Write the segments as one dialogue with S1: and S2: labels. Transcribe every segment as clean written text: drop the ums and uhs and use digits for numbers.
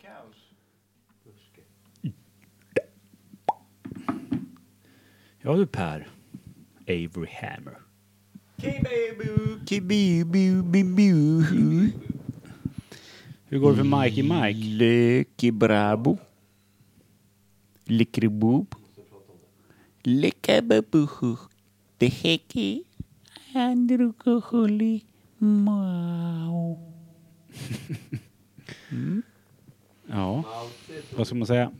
S1: Ja du Per. Avery Hammer. Hur går det för Mikey Mike?
S2: Lycky brabo. Likriboob. Lickababuhu. Det häcky. Andrukohuli. Mau.
S1: Ja, vad ska man säga?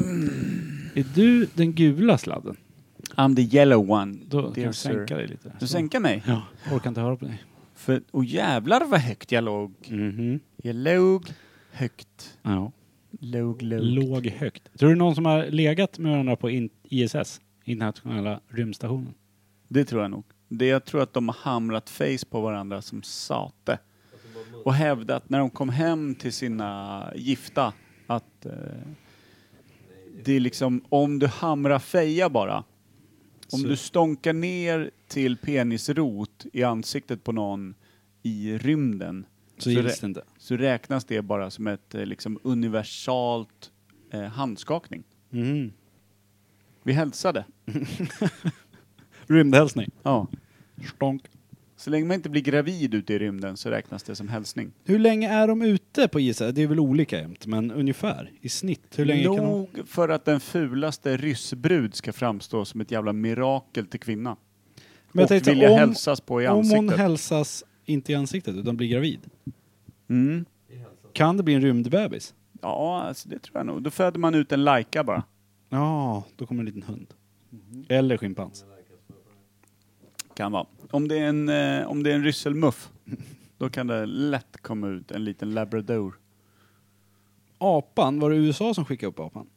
S1: Är du den gula sladden?
S2: I'm the yellow one.
S1: Då kan jag sänka dig lite.
S2: Du sänker mig?
S1: Ja, orkar inte höra på dig.
S2: För, jävlar vad högt jag låg. Jag låg högt.
S1: Ja.
S2: Låg.
S1: Högt. Tror du någon som har legat med varandra på ISS? Internationella rymdstationen?
S2: Det tror jag nog. Jag tror att de har hamrat face på varandra som sate. Och hävdat när de kom hem till sina gifta att det är liksom om du hamrar feja bara. Om du stonkar ner till penisrot i ansiktet på någon i rymden
S1: så gills det inte.
S2: Så räknas det bara som ett liksom universalt handskakning. Vi hälsade.
S1: Rymdhälsning.
S2: Ja.
S1: Stonk.
S2: Så länge man inte blir gravid ute i rymden så räknas det som hälsning.
S1: Hur länge är de ute på ISS? Det är väl olika jämt, men ungefär i snitt. Hur länge kan de...
S2: för att den fulaste ryssbrud ska framstå som ett jävla mirakel till kvinna. Men och vilja hälsas på i ansiktet.
S1: Om hon hälsas inte i ansiktet utan blir gravid. Kan det bli en rymdbebis?
S2: Ja, alltså det tror jag nog. Då föder man ut en Laika bara.
S1: Ja, då kommer en liten hund. Eller schimpans.
S2: Kan vara. Om det är en rysselmuff, då kan det lätt komma ut en liten labrador.
S1: Apan, var det USA som skickade upp apan?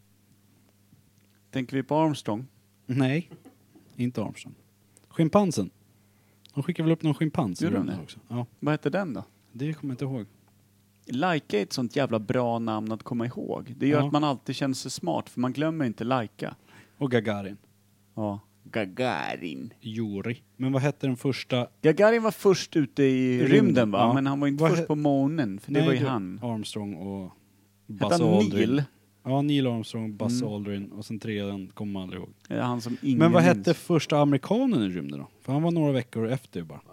S2: Tänker vi på Armstrong?
S1: Nej, inte Armstrong. Schimpansen. De skickade väl upp någon schimpans i rymden också. Ja.
S2: Vad heter den då?
S1: Det kommer jag inte ihåg.
S2: Laika är ett sånt jävla bra namn att komma ihåg. Det gör att man alltid känner sig smart, för man glömmer inte Laika.
S1: Och Gagarin.
S2: Ja. Gagarin.
S1: Juri. Men vad hette den första?
S2: Gagarin var först ute i rymden va? Ja. Men han var inte först på månen. För det var ju han.
S1: Armstrong och
S2: Buzz Aldrin. Neil?
S1: Ja, Neil Armstrong, Buzz Aldrin. Och sen trean kommer man aldrig ihåg.
S2: Det är han som ingen
S1: Men vad
S2: minns.
S1: hette första amerikanen i rymden då? För han var några veckor efter bara.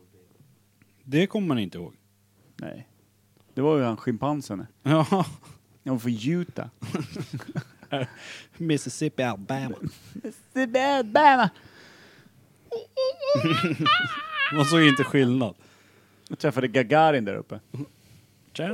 S1: Det kommer man inte ihåg.
S2: Nej. Det var ju han schimpansen.
S1: Ja.
S2: Han var för Utah.
S1: Mississippi, Alabama.
S2: Mississippi, Alabama.
S1: Man såg inte skillnad.
S2: Jag träffade Gagarin där uppe.
S1: Tjena.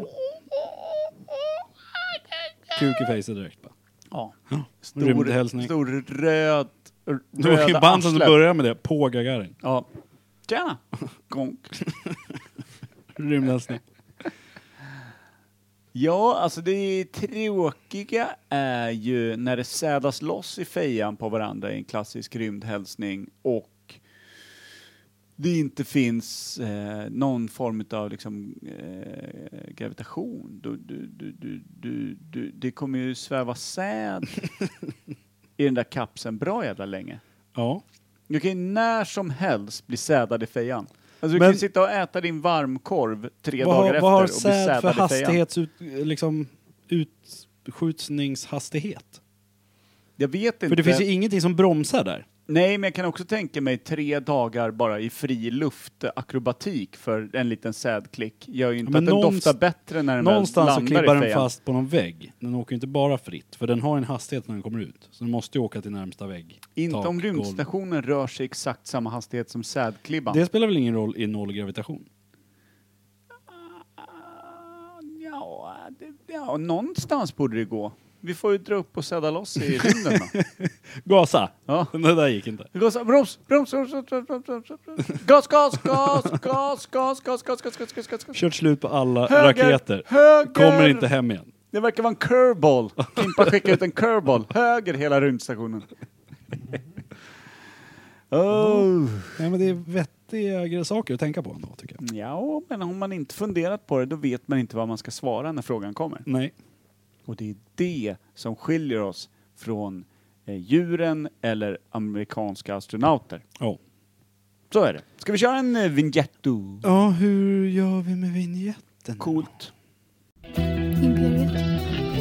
S1: Kuk i fejset direkt bara.
S2: Ja.
S1: Rymdhälsning.
S2: Röd
S1: det var schimpansen som började med det på Gagarin.
S2: Ja. Tjena. Gonk.
S1: Rymdhälsning.
S2: Ja, alltså det tråkiga är ju när det sädas loss i fejan på varandra i en klassisk rymdhälsning och det inte finns någon form av liksom, gravitation. Det kommer ju sväva säd i den där kapseln bra jävla länge.
S1: Ja.
S2: Du kan ju när som helst bli sädad i fejan. Alltså du kan ju sitta och äta din varmkorv 3 dagar efter och bli sädad i fejan. Vad har säd för
S1: utskjutningshastighet?
S2: Jag vet inte.
S1: För det finns ju ingenting som bromsar där.
S2: Nej, men jag kan också tänka mig 3 dagar bara i fri luft akrobatik för en liten sädklick. Gör ju inte att den doftar bättre när den
S1: någonstans
S2: landar i fejan.
S1: Någonstans så klibbar den fast på någon vägg. Den åker ju inte bara fritt, för den har en hastighet när den kommer ut. Så den måste ju åka till närmsta vägg.
S2: Inte om rymdstationen rör sig exakt samma hastighet som sädklibban.
S1: Det spelar väl ingen roll i nollgravitation?
S2: Ja, någonstans borde det gå. Vi får ju dra upp och säda loss i rymden då.
S1: Gasa!
S2: Ja.
S1: Det där gick inte.
S2: Gasa, broms. Gas.
S1: Kört slut på alla raketer. Kommer inte hem igen.
S2: Det verkar vara en curveball. Kimpa skickar ut en curveball. Höger hela rymdstationen.
S1: Nej, men det är vettiga saker att tänka på ändå, tycker jag.
S2: Ja, men om man inte funderat på det, då vet man inte vad man ska svara när frågan kommer.
S1: Nej.
S2: Och det är det som skiljer oss från djuren eller amerikanska astronauter.
S1: Ja.
S2: Så är det. Ska vi köra en vignetto?
S1: Ja, hur gör vi med vignetten?
S2: Coolt.
S3: Imperiet.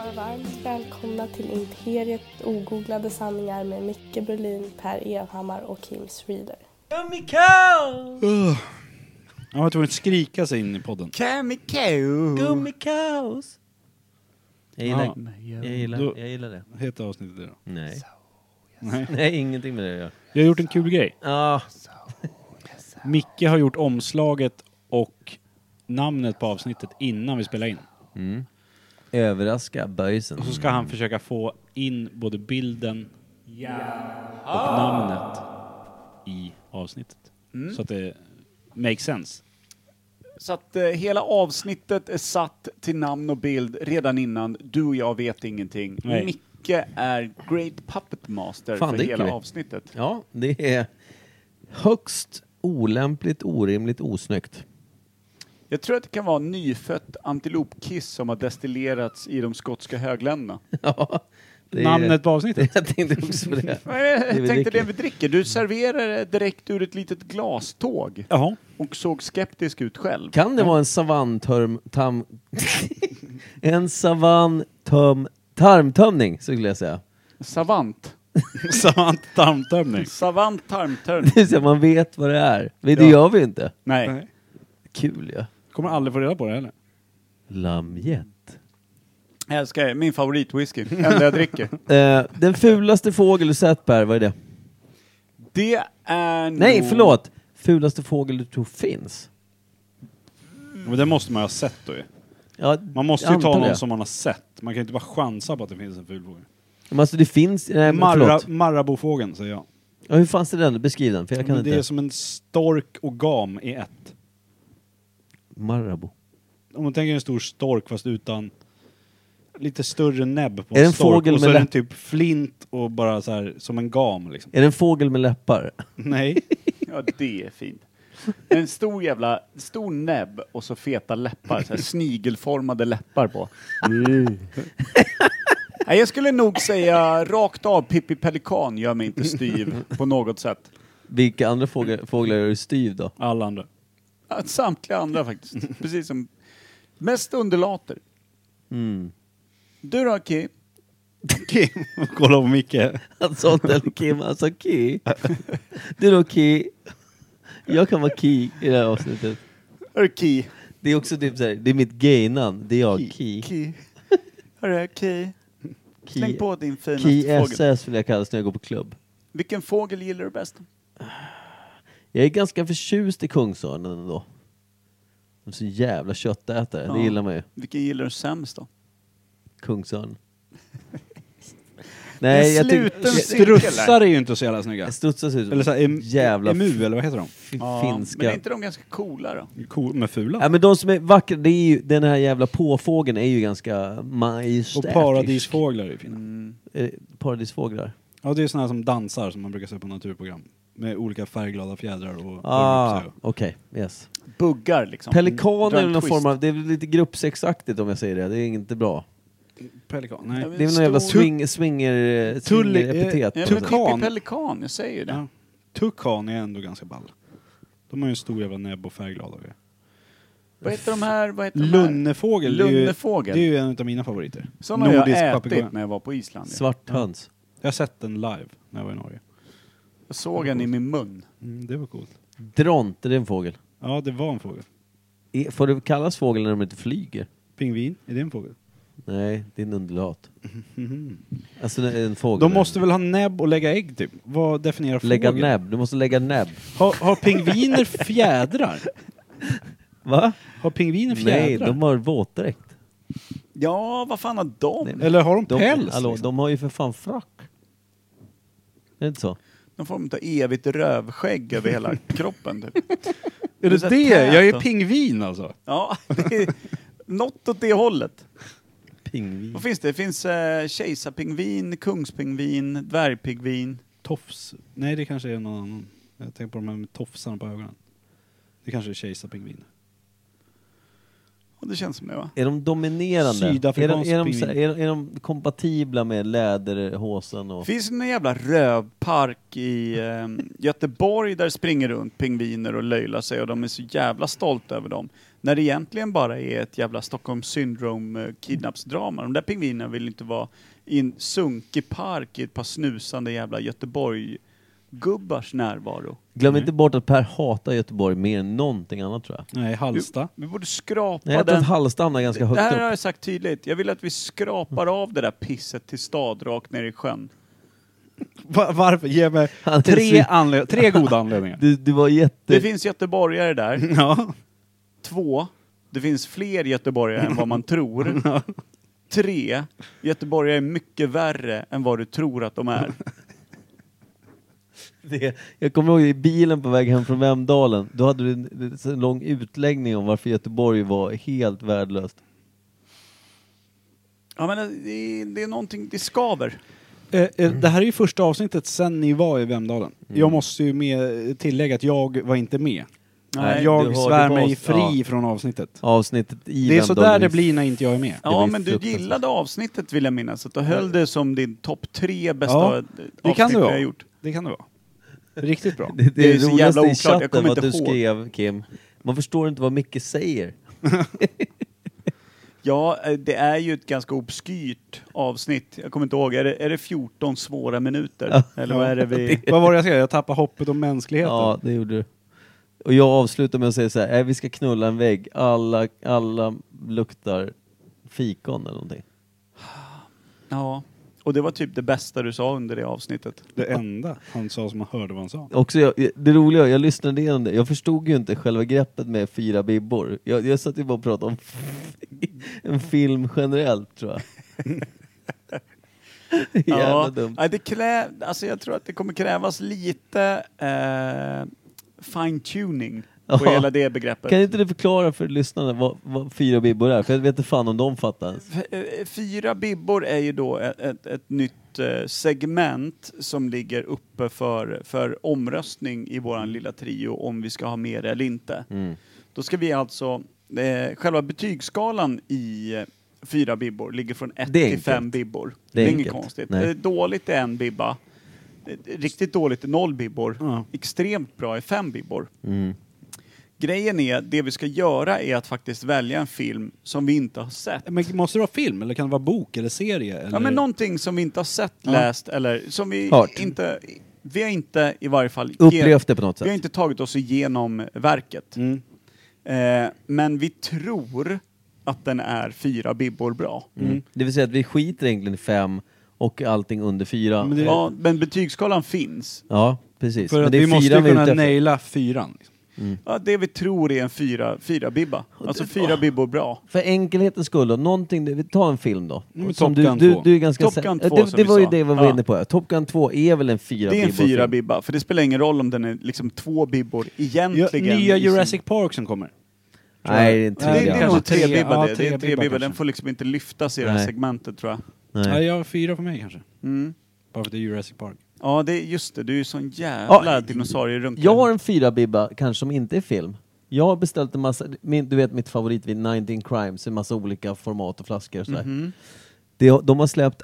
S3: Varmt välkomna till Imperiet ogooglade sanningar med Micke Berlin, Per Evhammar och Kim Reader.
S1: Jag var tvungen att skrika sig in i podden.
S2: Gummikaos.
S4: Jag gillar,
S1: Ja.
S4: jag gillar det.
S1: Heter avsnittet det då?
S4: Nej.
S1: Nej.
S4: Nej, ingenting med det att göra.
S1: Jag har gjort en kul grej.
S4: Ja.
S1: Micke har gjort omslaget och namnet på avsnittet innan vi spelar in.
S4: Mm. Överraska böjsen.
S1: Och så ska han försöka få in både bilden och namnet i avsnittet. Så att det makes sense.
S2: Så att hela avsnittet är satt till namn och bild redan innan. Du och jag vet ingenting.
S1: Nej.
S2: Micke är Great Puppet Master
S4: Fan,
S2: för
S4: det är
S2: hela
S4: kul.
S2: avsnittet.
S4: Ja, det är högst olämpligt, orimligt, osnyggt.
S2: Jag tror att det kan vara nyfött antilopkiss som har destillerats i de skotska högländerna.
S4: Ja, det är,
S1: Namnet på avsnittet?
S4: Jag tänkte också på det.
S2: Jag
S4: vi
S2: tänkte
S4: dricker.
S2: det vi dricker. Du serverar det direkt ur ett litet glaståg
S1: Jaha.
S2: och såg skeptisk ut själv.
S4: Kan det vara en tarmtömning, så skulle jag säga.
S2: Savant.
S1: Savant tarmtömning.
S2: Savant tarmtömning.
S4: Det är så att man vet vad det är. Men det
S1: Ja.
S4: gör vi inte.
S2: Nej.
S4: Kul, ja.
S1: Kommer aldrig få reda på det heller.
S4: Lamjet.
S2: Jag älskar min favoritwhisky. Enda jag dricker.
S4: Den fulaste fågel du sett, Per, vad är det?
S2: Det är
S4: Nej,
S2: nog...
S4: förlåt. Fulaste fågel du tror finns.
S1: Men det måste man ju ha sett då ju.
S4: Ja,
S1: Man måste
S4: jag
S1: ju ta
S4: antar
S1: någon
S4: det.
S1: som man har sett. Man kan ju inte bara chansa på att det finns en ful fågel.
S4: Men alltså det finns... Nej, men förlåt.
S1: Marabofågeln säger jag.
S4: Ja, hur fanns det den? Beskriv den, för jag kan
S1: Men det
S4: inte.
S1: är som en stork och gam i ett.
S4: Marabou.
S1: Om man tänker en stor stork fast utan lite större näbb på
S4: Är det
S1: en
S4: en
S1: stork.
S4: fågel
S1: Och så
S4: med
S1: är den
S4: läpp-
S1: typ flint och bara så här som en gam liksom.
S4: Är det en fågel med läppar?
S1: Nej.
S2: Ja, det är fint. En stor näbb och så feta läppar. Så här snigelformade läppar på. Nej, jag skulle nog säga rakt av Pippi Pelikan gör mig inte styv på något sätt.
S4: Vilka andra fåglar är du styv då?
S1: Alla andra.
S2: Ja, samtliga andra faktiskt. Precis som... Mest underlater.
S4: Mm.
S2: Du då, Ki?
S1: Kim, kolla på Micke.
S4: Han sa inte eller Kim, han sa Ki. Du då, Ki. Jag kan vara Ki i det här avsnittet.
S2: Hörru, Ki.
S4: Det är också typ såhär, det är mitt gay-namn. Det är jag, Ki.
S2: Ki. Hörru, Ki. Släng på din finaste
S4: Ki
S2: fågel.
S4: SS vill jag kallas när jag går på klubb.
S2: Vilken fågel gillar du bäst?
S4: Jag är ganska förtjust i kungsörnen ändå. De är så jävla köttätare,
S2: Ja.
S4: det gillar man ju.
S2: Vilken gillar du sämst då?
S4: Kungsörn. Nej, jag
S2: sluten
S4: tycker...
S1: Strutsar är ju inte så jävla snygga.
S4: Strutsar ser ut
S1: Eller så här,
S4: jävla
S1: emu, eller vad heter de?
S4: finska.
S2: Men är inte de ganska coola då?
S1: Cool, med fula.
S4: Ja, men de som är vackra, det är ju, den här jävla påfågeln är ju ganska majestätisk.
S1: Och paradisfåglar är ju fina.
S4: Paradisfåglar.
S1: Ja, det är såna här som dansar som man brukar se på naturprogram. Med olika färgglada fjädrar och
S4: Okej, yes.
S2: Buggar liksom.
S4: Pelikan
S2: Dra
S4: är
S2: en
S4: väl någon
S2: twist.
S4: form av, det är väl lite gruppsexaktigt om jag säger det. Det är inte bra.
S1: Pelikan, nej.
S2: Ja, men
S4: Det är väl någon jävla
S2: stor-
S4: swinger-epitet.
S2: Ja,
S1: Tukan.
S2: men Pippi Pelikan, jag säger ju det.
S1: Ja. Tukan är ändå ganska ball. De har ju en stor jävla näbb och färgglada.
S2: Vad heter de här?
S1: Lunnefågel,
S2: Lunnefågel.
S1: Det är ju en av mina favoriter.
S2: Sådana har jag
S1: Nordisk
S2: ätit
S1: papegoja.
S2: när jag var på Island.
S4: Svart höns.
S1: Jag har sett den live när jag var i Norge.
S2: Jag såg den i min mun.
S1: Det var coolt.
S4: Dront, är det en fågel?
S1: Ja, det var en fågel.
S4: Får det kallas fågel när de inte flyger?
S1: Pingvin, är det en fågel?
S4: Nej, det är en undulat. Alltså det är en fågel.
S1: De måste väl ha näbb och lägga ägg typ? Vad definierar fågel?
S4: lägga näbb, du måste lägga näbb.
S1: Har pingviner fjädrar?
S4: Va?
S1: Har pingviner fjädrar?
S4: Nej, de har våtdräkt.
S2: Ja, vad fan har de?
S4: Nej.
S1: Eller har de päls?
S4: Hallå,
S1: liksom?
S4: de har ju för fan frack. Är det inte så?
S2: De får ta evigt rövskägg över hela kroppen. Typ.
S1: Är det
S2: så
S1: det?
S2: tät
S1: Jag är
S2: och-
S1: pingvin alltså.
S2: Ja, det är något åt det hållet.
S4: Pingvin.
S2: Vad finns det? Det finns kejsarpingvin, kungspingvin, dvärgpingvin.
S1: Tofs. Nej, det kanske är någon annan. Jag tänker på de här med tofsarna på ögonen. Det kanske är kejsarpingvin.
S2: Och det känns som det, va?
S4: Är de dominerande?
S1: Sydafrikansk
S4: är de,
S1: pingvin.
S4: är de kompatibla med läderhosen och...
S2: Det finns en jävla rövpark i Göteborg där det springer runt pingviner och löjlar sig och de är så jävla stolta över dem. När det egentligen bara är ett jävla Stockholm syndrome kidnappsdrama. De där pingvinerna vill inte vara i en sunkig park i ett par snusande jävla Göteborg-gubbars närvaro.
S4: Glöm inte bort att Per hatar Göteborg mer än någonting annat, tror jag.
S1: Nej, Hallsta.
S2: Vi borde skrapa
S4: Nej, jag tror
S2: den.
S4: att Hallsta hamnar ganska högt
S2: Det här
S4: upp.
S2: har jag sagt tydligt. Jag vill att vi skrapar av det där pisset till stad rakt ner i sjön.
S1: Varför? Ge mig
S4: Han är
S1: tre goda anledningar.
S4: Du var
S2: Det finns göteborgare där.
S1: Ja.
S2: 2. Det finns fler göteborgare än vad man tror. 3. Göteborgare är mycket värre än vad du tror att de är.
S4: Jag kommer ihåg i bilen på väg hem från Vemdalen. Då hade du en lång utläggning om varför Göteborg var helt värdelöst.
S2: Ja, men det är någonting, det skaver.
S1: Det här är ju första avsnittet sen ni var i Vemdalen. Jag måste ju tillägga att jag var inte med.
S2: Nej,
S1: jag svär mig fri från avsnittet.
S4: Avsnittet i
S1: Det är så
S4: Vemdalen.
S1: där det blir när inte jag är med.
S2: Ja,
S4: blir
S2: men du
S4: fruktansvärt.
S2: gillade avsnittet, vill jag minnas. Att du höll det som din topp 3 bästa
S1: Ja,
S2: avsnitt
S1: det kan det
S2: vi
S1: vara.
S2: har gjort.
S1: Det kan det vara. Riktigt bra.
S4: Det
S2: är så
S4: roligaste
S2: jävla
S4: i
S2: oklart, jag
S4: chatten
S2: kommer
S4: var att
S2: inte
S4: du
S2: ihåg.
S4: skrev, Kim, man förstår inte vad Micke säger.
S2: Ja, det är ju ett ganska obskyrt avsnitt. Jag kommer inte ihåg, är det 14 svåra minuter? Eller vad är det vi...
S1: Vad var det jag skrev? Jag tappade hoppet om mänskligheten.
S4: Ja, det gjorde du. Och jag avslutar med att säga så här, vi ska knulla en vägg. Alla luktar fikon eller någonting.
S2: Ja, och det var typ det bästa du sa under det avsnittet.
S1: Det enda han sa som man hörde vad han sa.
S4: Också det roliga, jag lyssnade igenom det. Jag förstod ju inte själva greppet med 4 bibbor. Jag satt ju bara och pratade om en film generellt, tror jag. Jävla dumt.
S2: Ja, alltså jag tror att det kommer krävas lite fine-tuning på
S4: Ja.
S2: hela det begreppet.
S4: Kan inte du förklara för lyssnarna vad 4 bibbor är? För jag vet inte fan om de fattar ens.
S2: 4 bibbor är ju då ett nytt segment som ligger uppe för omröstning i våran lilla trio om vi ska ha med det eller inte. Då ska vi alltså, själva betygsskalan i 4 bibbor ligger från 1
S4: Det är
S2: till 5
S4: enkelt.
S2: bibbor.
S4: Det är
S2: inget
S4: enkelt.
S2: konstigt.
S4: Nej.
S2: Dåligt är 1 bibba. Riktigt dåligt är 0 bibbor.
S1: Ja.
S2: Extremt bra är 5 bibbor.
S4: Mm.
S2: Grejen är, det vi ska göra är att faktiskt välja en film som vi inte har sett.
S1: Men måste det vara film eller kan det vara bok eller serie? Eller?
S2: Ja, men någonting som vi inte har sett,
S1: Ja.
S2: läst eller som vi
S4: Hört.
S2: inte... Vi har inte i varje fall...
S4: Upplevt det på något
S2: Vi har
S4: sätt.
S2: inte tagit oss igenom verket.
S1: Mm.
S2: Men vi tror att den är 4 bibbor bra.
S4: Det vill säga att vi skiter egentligen i 5 och allting under 4.
S1: Men det-
S2: Ja, men betygsskalan finns.
S4: Ja, precis.
S1: För
S4: Men
S1: att
S4: det är
S1: vi måste
S4: 4
S1: ju
S4: vi är
S1: kunna
S4: ute efter.
S1: naila 4. Liksom.
S2: Ja, det vi tror är en 4 bibba. Alltså 4 bibbor bra.
S4: För enkelhetens skull då, någonting, vi tar en film då.
S1: Men
S4: Som
S1: Top Gun
S4: du
S1: 2.
S4: är ganska
S2: Top
S4: säker.
S2: Gun 2
S4: det
S2: som
S4: det
S2: vi
S4: var ju
S2: sa.
S4: det vi var
S2: Ja.
S4: inne på. Top Gun 2 är väl en 4
S2: Det är en 4
S4: film.
S2: bibba, för det spelar ingen roll om den är liksom 2 bibbor egentligen.
S1: Nya
S2: i sin-
S1: Jurassic Park som kommer.
S4: Nej, det är en
S2: Det,
S4: tredje.
S2: det är
S1: kanske
S2: nog 3
S1: tre-
S2: bibba
S1: ja,
S2: det. Det är
S1: tre
S2: en 3
S1: bibbar
S2: bibba. Den
S1: kanske.
S2: får liksom inte lyftas i det här
S4: Nej.
S2: segmentet, tror jag.
S1: Nej.
S4: Nej.
S1: Jag har 4 för mig kanske.
S2: Mm.
S1: Bara för att det är Jurassic Park.
S2: Ja, det är just det. Du är ju sån jävla dinosaurierunkare.
S4: Jag har en 4-bibba, kanske som inte är film. Jag har beställt en massa, du vet mitt favoritvin 19 Crimes, en massa olika format och flaskor och sådär.
S2: Mhm.
S4: De har släppt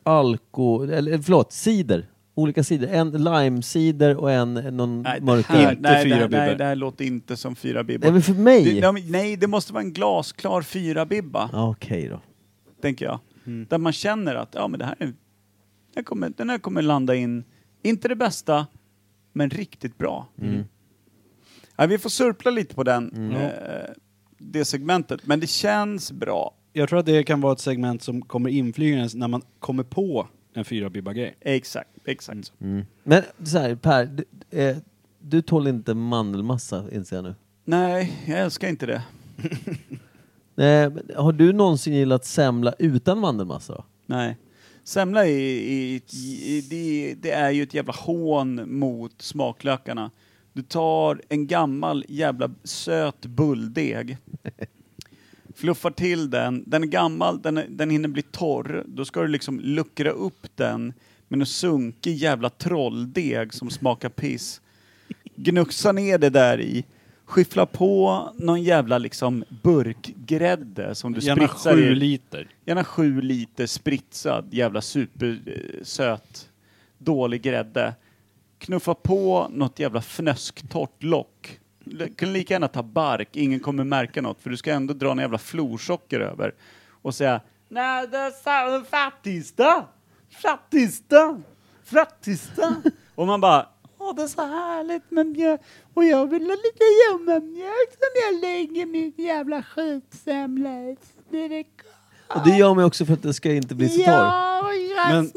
S4: cider. Olika cider. En lime-cider och någon
S2: Nej,
S4: mörkare.
S1: Inte 4 bibbor.
S2: det här låter inte som 4
S4: Nej,
S2: bibbor.
S4: men för mig?
S2: Nej, det måste vara en glasklar 4 bibba,
S4: Ja, okej då.
S2: tänker jag.
S1: Mm.
S2: Där man känner att ja, men den här kommer landa in, inte det bästa, men riktigt bra. Ja, vi får surpla lite på det segmentet, men det känns bra.
S1: Jag tror att det kan vara ett segment som kommer inflygandes när man kommer på en 4-bibba-grej.
S2: Exakt så.
S4: Men så här, Per, du tål inte mandelmassa, inser jag nu.
S2: Nej, jag älskar inte det.
S4: Men har du någonsin gillat semla utan mandelmassa då?
S2: Nej. Semla det är ju ett jävla hån mot smaklökarna. Du tar en gammal jävla söt bulldeg, fluffar till den är gammal, den hinner bli torr, då ska du liksom luckra upp den med en sunkig jävla trolldeg som smakar piss. Gnuxa ner det där i, skyffla på någon jävla liksom burkgrädde som du
S1: Gärna
S2: spritsar
S1: 7
S2: i.
S1: liter.
S2: Gärna 7 liter spritsad jävla supersöt dålig grädde. Knuffa på något jävla fnösktorrt lock. Du kan lika gärna ta bark, ingen kommer märka något, för du ska ändå dra en jävla florsocker över och säga nej, det är den fattigaste. Och man bara, det är så härligt med mjölk och jag vill ha lite ljummarmjölk som jag lägger min jävla skitsemla i. Det är
S4: Och det gör mig också för att det ska inte bli så torr.
S2: Ja,
S1: Men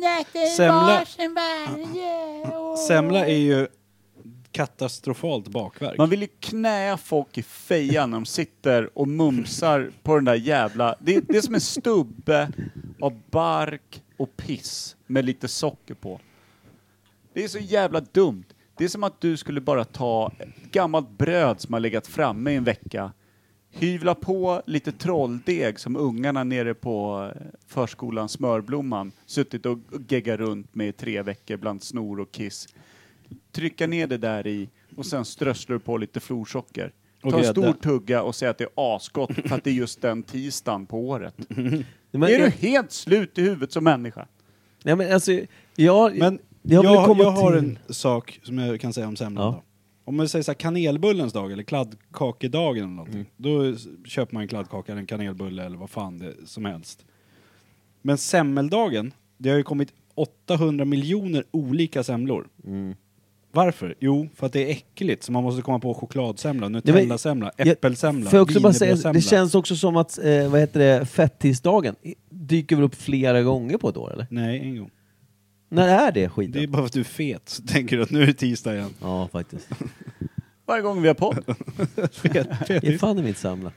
S1: semla är ju katastrofalt bakverk.
S2: man vill ju knäa folk i fejan när de sitter och mumsar på den där jävla... Det är som en stubbe av bark och piss med lite socker på. Det är så jävla dumt. Det är som att du skulle bara ta ett gammalt bröd som har legat framme i en vecka, hyvla på lite trolldeg som ungarna nere på förskolan Smörblomman suttit och geggar runt med i 3 veckor bland snor och kiss. Trycka ner det där i och sen strösslar du på lite florsocker. Ta en stor tugga och säga att det är asgott för att det är just den tisdagen på året.
S4: Men,
S2: Är du helt slut i huvudet som människa?
S4: Ja, men alltså,
S1: Jag har
S4: till...
S1: en sak som jag kan säga om semlan.
S4: Ja.
S1: Då. Om man säger så här kanelbullens dag eller kladdkakedagen eller någonting. Då köper man en kladdkaka eller en kanelbulle eller vad fan det som helst. Men semmeldagen, det har ju kommit 800 miljoner olika semlor. Varför? Jo, för att det är äckligt. Så man måste komma på chokladsemla, nutellasemla, äppelsemla,
S4: för jag också bara säga,
S1: wienerbrödsemla.
S4: det känns också som att fettisdagen dyker väl upp flera gånger på ett år, eller?
S1: Nej, en gång.
S4: När är det skiten?
S1: Det är bara för att du är fet. Så tänker du att nu är det tisdag igen.
S4: Ja, faktiskt.
S2: Varje gång vi har podd.
S4: Det är fan i mitt samla.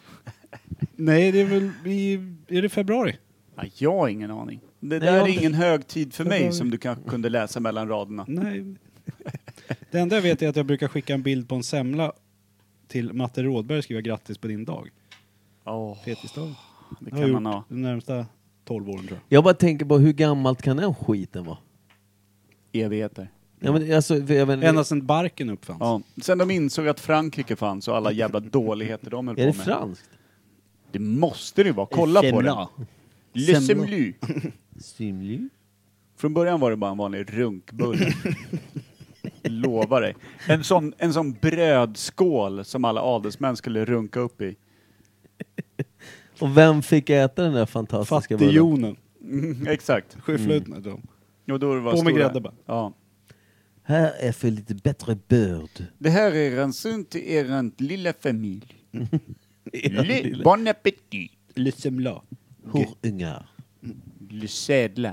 S1: Nej, det är väl är det februari?
S2: Ja, jag har ingen aning. Det
S4: Nej,
S2: där
S4: jag
S2: är
S4: har inte-
S2: ingen hög tid för mig som du kanske kunde läsa mellan raderna.
S1: Nej. Det enda jag vet är att jag brukar skicka en bild på en semla till Matte Rådberg och skriva grattis på din dag. Fetisdag.
S2: Det
S1: har
S2: kan
S1: jag
S2: man
S1: gjort
S2: ha.
S1: de närmsta 12 åren tror jag.
S4: Jag bara tänker på hur gammalt kan den skiten vara?
S2: Evigheter.
S4: Ja, men alltså, för jag menar,
S1: Ända sedan barken uppfanns.
S2: Ja. Sen de insåg att Frankrike fanns och alla jävla dåligheter de höll på
S4: är det
S2: med.
S4: franskt?
S2: Det måste det ju vara. Kolla på det. Le semlu.
S4: Simly?
S2: Från början var det bara en vanlig runkbulle. Lovar dig. En sån brödskål som alla adelsmän skulle runka upp i.
S4: Och vem fick äta den där fantastiska bullen?
S1: Fattigjonen.
S2: Exakt.
S1: Skyffla ut med dem.
S2: Och då var
S1: På med
S2: stora-
S1: grädde bara.
S2: Ja.
S4: Här är för lite bättre börd.
S2: Det här är en sunt till er lilla familj. Bon appétit.
S1: Le semla.
S4: Horungar.
S2: Le sädla.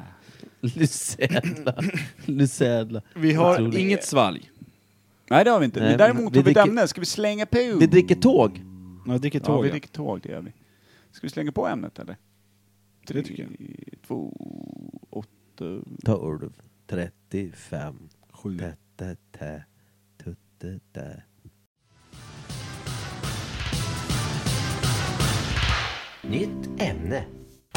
S4: Lusädla.
S1: Vi har inget svalg.
S2: Nej, det har vi inte.
S4: Nej,
S2: Men däremot
S4: vi
S2: har vi
S4: dricker-
S2: ämne. Ska vi slänga på?
S4: Vi dricker tåg.
S1: Ja, dricker
S2: Ja,
S1: tåg.
S2: vi
S1: Ja,
S2: dricker tåg, det gör vi. Ska vi slänga på ämnet eller?
S1: Det tycker jag.
S2: 2, 8...
S4: 12, 35,
S1: 7.
S4: tutte, tutte.
S5: Nytt ämne.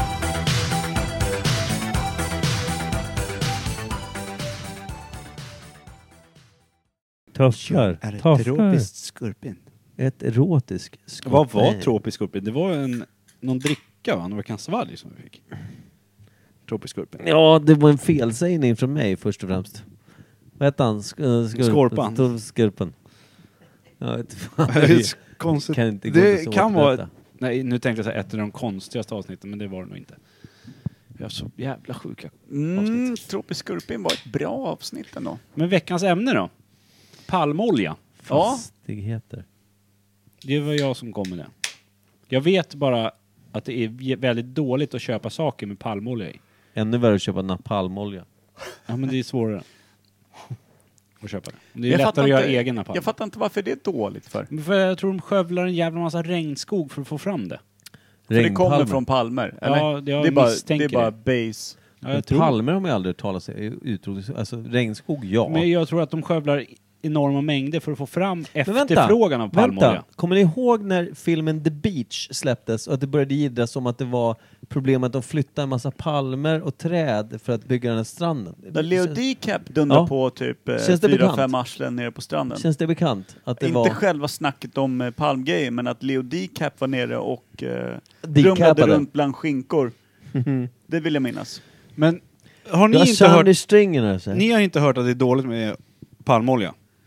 S4: Tofflar.
S1: Är det tropiskt skorpion?
S4: Ett erotisk skorpion.
S1: Vad var tropisk skorpion? Det var någon dricka va? Det var kanske svalg som vi fick. Tropisk skorpion.
S4: Ja, det var en felsägning från mig först och främst. Vad hette han?
S1: Skorpan.
S4: Skorpan. Ja, vet fan.
S1: Konstigt.
S4: Kan inte gå
S1: Det
S4: så
S1: kan
S4: åt
S1: vara...
S4: detta.
S1: Nej, nu tänkte jag säga ett av de konstigaste avsnitten, men det var det nog inte. Vi har så jävla sjuka avsnitt.
S2: Tropisk skorpion var ett bra avsnitt ändå.
S1: Men veckans ämne då? Palmolja.
S4: Fastigheter.
S1: Det var jag som kom med det. Jag vet bara att det är väldigt dåligt att köpa saker med palmolja i.
S4: Ännu värre att köpa napalmolja.
S1: Ja, men det är svårare att köpa det. Det är
S2: Jag
S1: lättare
S2: fattar
S1: att göra
S2: inte-
S1: egen napalm.
S2: Jag fattar inte varför det är dåligt för.
S1: Men för jag tror de skövlar en jävla massa regnskog för att få fram det.
S2: För det kommer
S4: Regnpalmer.
S2: från palmer, eller?
S1: Ja, jag
S2: det är bara
S1: misstänker
S2: base.
S1: Ja,
S4: Men
S1: jag tror.
S4: palmer har man ju aldrig talat sig utrotning. Alltså regnskog, ja.
S1: Men jag tror att de skövlar enorma mängder för att få fram
S4: Men vänta,
S1: efterfrågan av palmolja.
S4: Vänta, kommer ni ihåg när filmen The Beach släpptes och att det började gidras om att det var problemet att de flyttade en massa palmer och träd för att bygga den här stranden?
S2: Där Leo DiCap dundrar
S4: Ja.
S2: på typ
S4: Känns det
S2: 4-5
S4: bekant?
S2: arslen nere på stranden.
S4: Känns det bekant? Att det
S2: Inte
S4: var
S2: själva snacket om palmgrejer, men att Leo DiCap var nere och rumlade
S4: Decappade.
S2: runt bland skinkor. Det vill jag minnas.
S1: Men har
S4: Du har
S1: ni inte hört...
S4: Sandy Stringer här, så här.
S1: Ni har inte hört att det är dåligt med palmolja?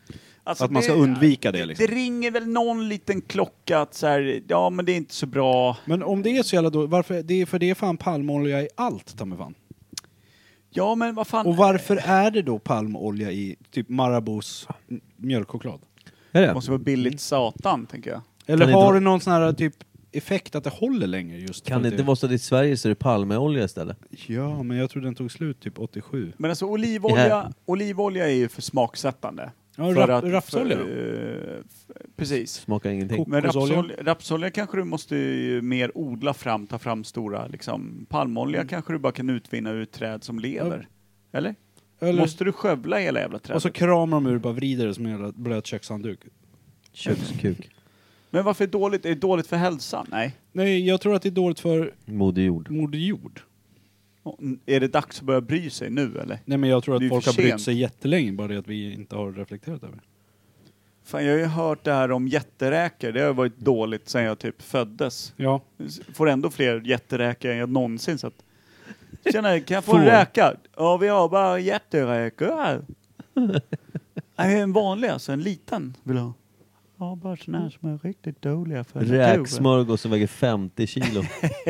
S2: Alltså
S1: att man ska undvika det
S2: Det
S1: liksom.
S2: ringer väl någon liten klocka att så här, ja men det är inte så bra.
S1: Men om det är så jävla dåligt, varför? För det är fan palmolja i allt, ta mig fan.
S2: Ja men vad fan.
S1: Och varför är det då palmolja i typ Marabous mjölkchoklad?
S4: Är
S2: Det
S4: det?
S2: måste vara billigt satan, tänker jag.
S1: Eller
S4: Kan
S1: har
S4: inte-
S1: det någon sån här typ effekt att det håller längre just
S4: Kan
S1: för
S4: det
S1: att
S4: inte vara så att i Sverige så är det palmolja istället?
S1: Ja, men jag tror den tog slut typ 87.
S2: Men alltså
S4: Ja.
S2: olivolja är ju för smaksättande.
S1: Ja,
S2: För att-
S1: rapsolja då?
S2: Precis.
S4: Smakar ingenting.
S2: Men
S1: Kokosolja?
S2: rapsolja kanske du måste ju mer odla fram, ta fram stora liksom. Palmolja kanske du bara kan utvinna ur träd som lever. Eller?
S1: Eller,
S2: Måste du skövla hela jävla trädet?
S1: och så kramar de ur och bara vrider det som en jävla blöt kökshandduk.
S4: Kökskuk.
S2: Men varför är det dåligt? Är det dåligt för hälsan? Nej.
S1: Nej, jag tror att det är dåligt för
S4: Moder jord.
S1: Moder Jord.
S2: Är det dags att börja bry sig nu eller?
S1: Nej, men jag tror
S2: Det är
S1: att folk
S2: för
S1: har brytt
S2: sent.
S1: sig jättelänge, bara det att vi inte har reflekterat över det.
S2: Fan, jag har ju hört det här om jätteräkor. Det har varit dåligt sedan jag typ föddes.
S1: Ja.
S2: Får ändå fler jätteräkor än jag någonsin så att... Tjena, kan jag få en
S1: Får.
S2: räka? Ja, vi har bara jätteräkor här. Nej, en vanlig alltså, en liten vill jag ha. Ja, bara såna här som är riktigt dåliga för
S4: Räksmörgås som väger 50 kilo.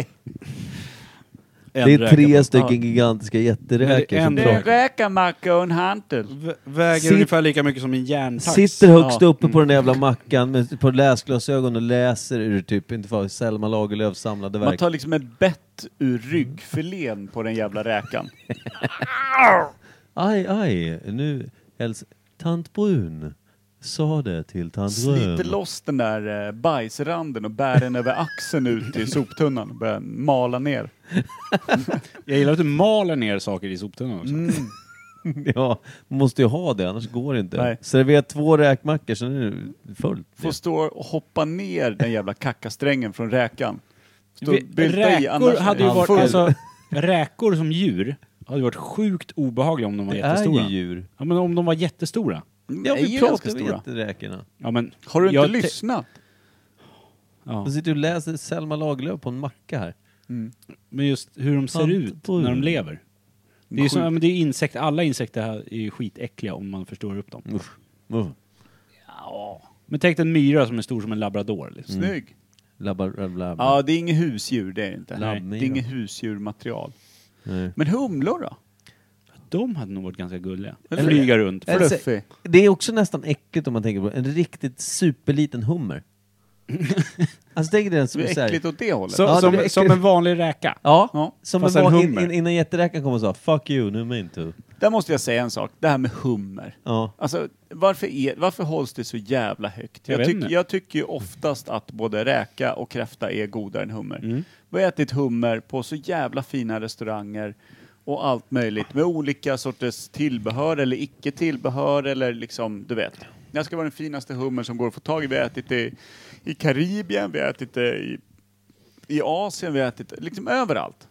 S1: En
S4: Det är
S1: räka
S4: 3
S1: på-
S4: stycken gigantiska jätteräkor
S1: Men
S4: som
S1: det är
S2: Det är en
S4: plockar.
S2: räkamacka och en hantel.
S1: Väger
S4: Sitt-
S1: ungefär lika mycket som en järntax.
S4: Sitter högst
S2: Ja.
S4: uppe på den jävla mackan med, på läsglasögon och läser ur typ, inte för Selma Lagerlöfs samlade
S2: Man
S4: verk.
S2: tar liksom ett bett ur ryggfilén på den jävla räkan.
S4: Aj, nu tant Brun sa det till tant Röm.
S2: Sliter loss den där bajsranden och bär den över axeln ut i soptunnan och börjar mala ner.
S1: Jag gillar att du maler ner saker i soptunnan också.
S4: Ja, måste ju ha det, annars går det inte.
S2: Nej.
S4: Servera 2 räkmackor så är det fullt.
S2: Får stå och hoppa ner den jävla kackasträngen från räkan. Stå och
S1: Vi-
S2: bylta i,
S1: Räkor
S2: annars
S1: hade ju
S2: är
S1: varit,
S2: full.
S1: alltså, räkor som djur hade varit sjukt obehagliga om de var
S4: Det är
S1: jättestora.
S4: ju djur.
S1: Ja, men om de var jättestora.
S4: Ja,
S2: är
S4: vi
S2: ju
S4: pratar
S2: ganska
S4: om
S2: stora.
S4: jätteräkorna.
S1: Ja, men
S2: Har du inte
S1: jag
S2: lyssnat?
S1: Ja.
S4: Jag sitter och läser Selma Lagerlöf på en macka här.
S1: Men just hur de ser
S4: Tant
S1: ut
S4: Brun.
S1: när de lever. Det är ju som, ja, men det är insekter, alla insekter här är ju skitäckliga om man förstår upp dem.
S4: Uff.
S1: Men tänk dig en myra som är stor som en labrador. Liksom.
S2: Snygg.
S4: Labba.
S2: Ja, det är inget husdjur, det är det inte.
S4: Labbmyra.
S2: Det är inget husdjurmaterial.
S4: Nej.
S2: Men humlor då?
S1: De hade nog varit ganska gulliga.
S2: Eller-
S1: Flyga runt.
S4: Eller-
S2: Fluffy.
S4: Det är också nästan äckligt om man tänker på en riktigt superliten hummer. Alltså tänk dig den som
S2: Det
S4: är
S2: är
S4: så här,
S2: äckligt åt det hållet.
S1: Så,
S4: Ja, det
S1: som,
S4: blir
S1: som
S4: äckligt.
S1: en vanlig räka.
S4: Ja,
S2: Ja,
S4: som
S1: fast
S4: en
S1: en
S4: van,
S1: hummer.
S4: innan jätteräkan kommer och sa fuck you, nu min tur.
S2: Där måste jag säga en sak. Det här med hummer.
S4: Ja.
S2: Alltså, varför hålls det så jävla högt?
S1: Jag vet inte.
S2: Jag tycker ju oftast att både räka och kräfta är godare än hummer.
S1: Mm.
S2: Vi har ätit hummer på så jävla fina restauranger och allt möjligt med olika sorters tillbehör eller icke tillbehör eller liksom, du vet. Det ska vara den finaste hummer som går att få tag i. Vi har ätit det i Karibien, vi har ätit det i Asien, vi har ätit det liksom överallt.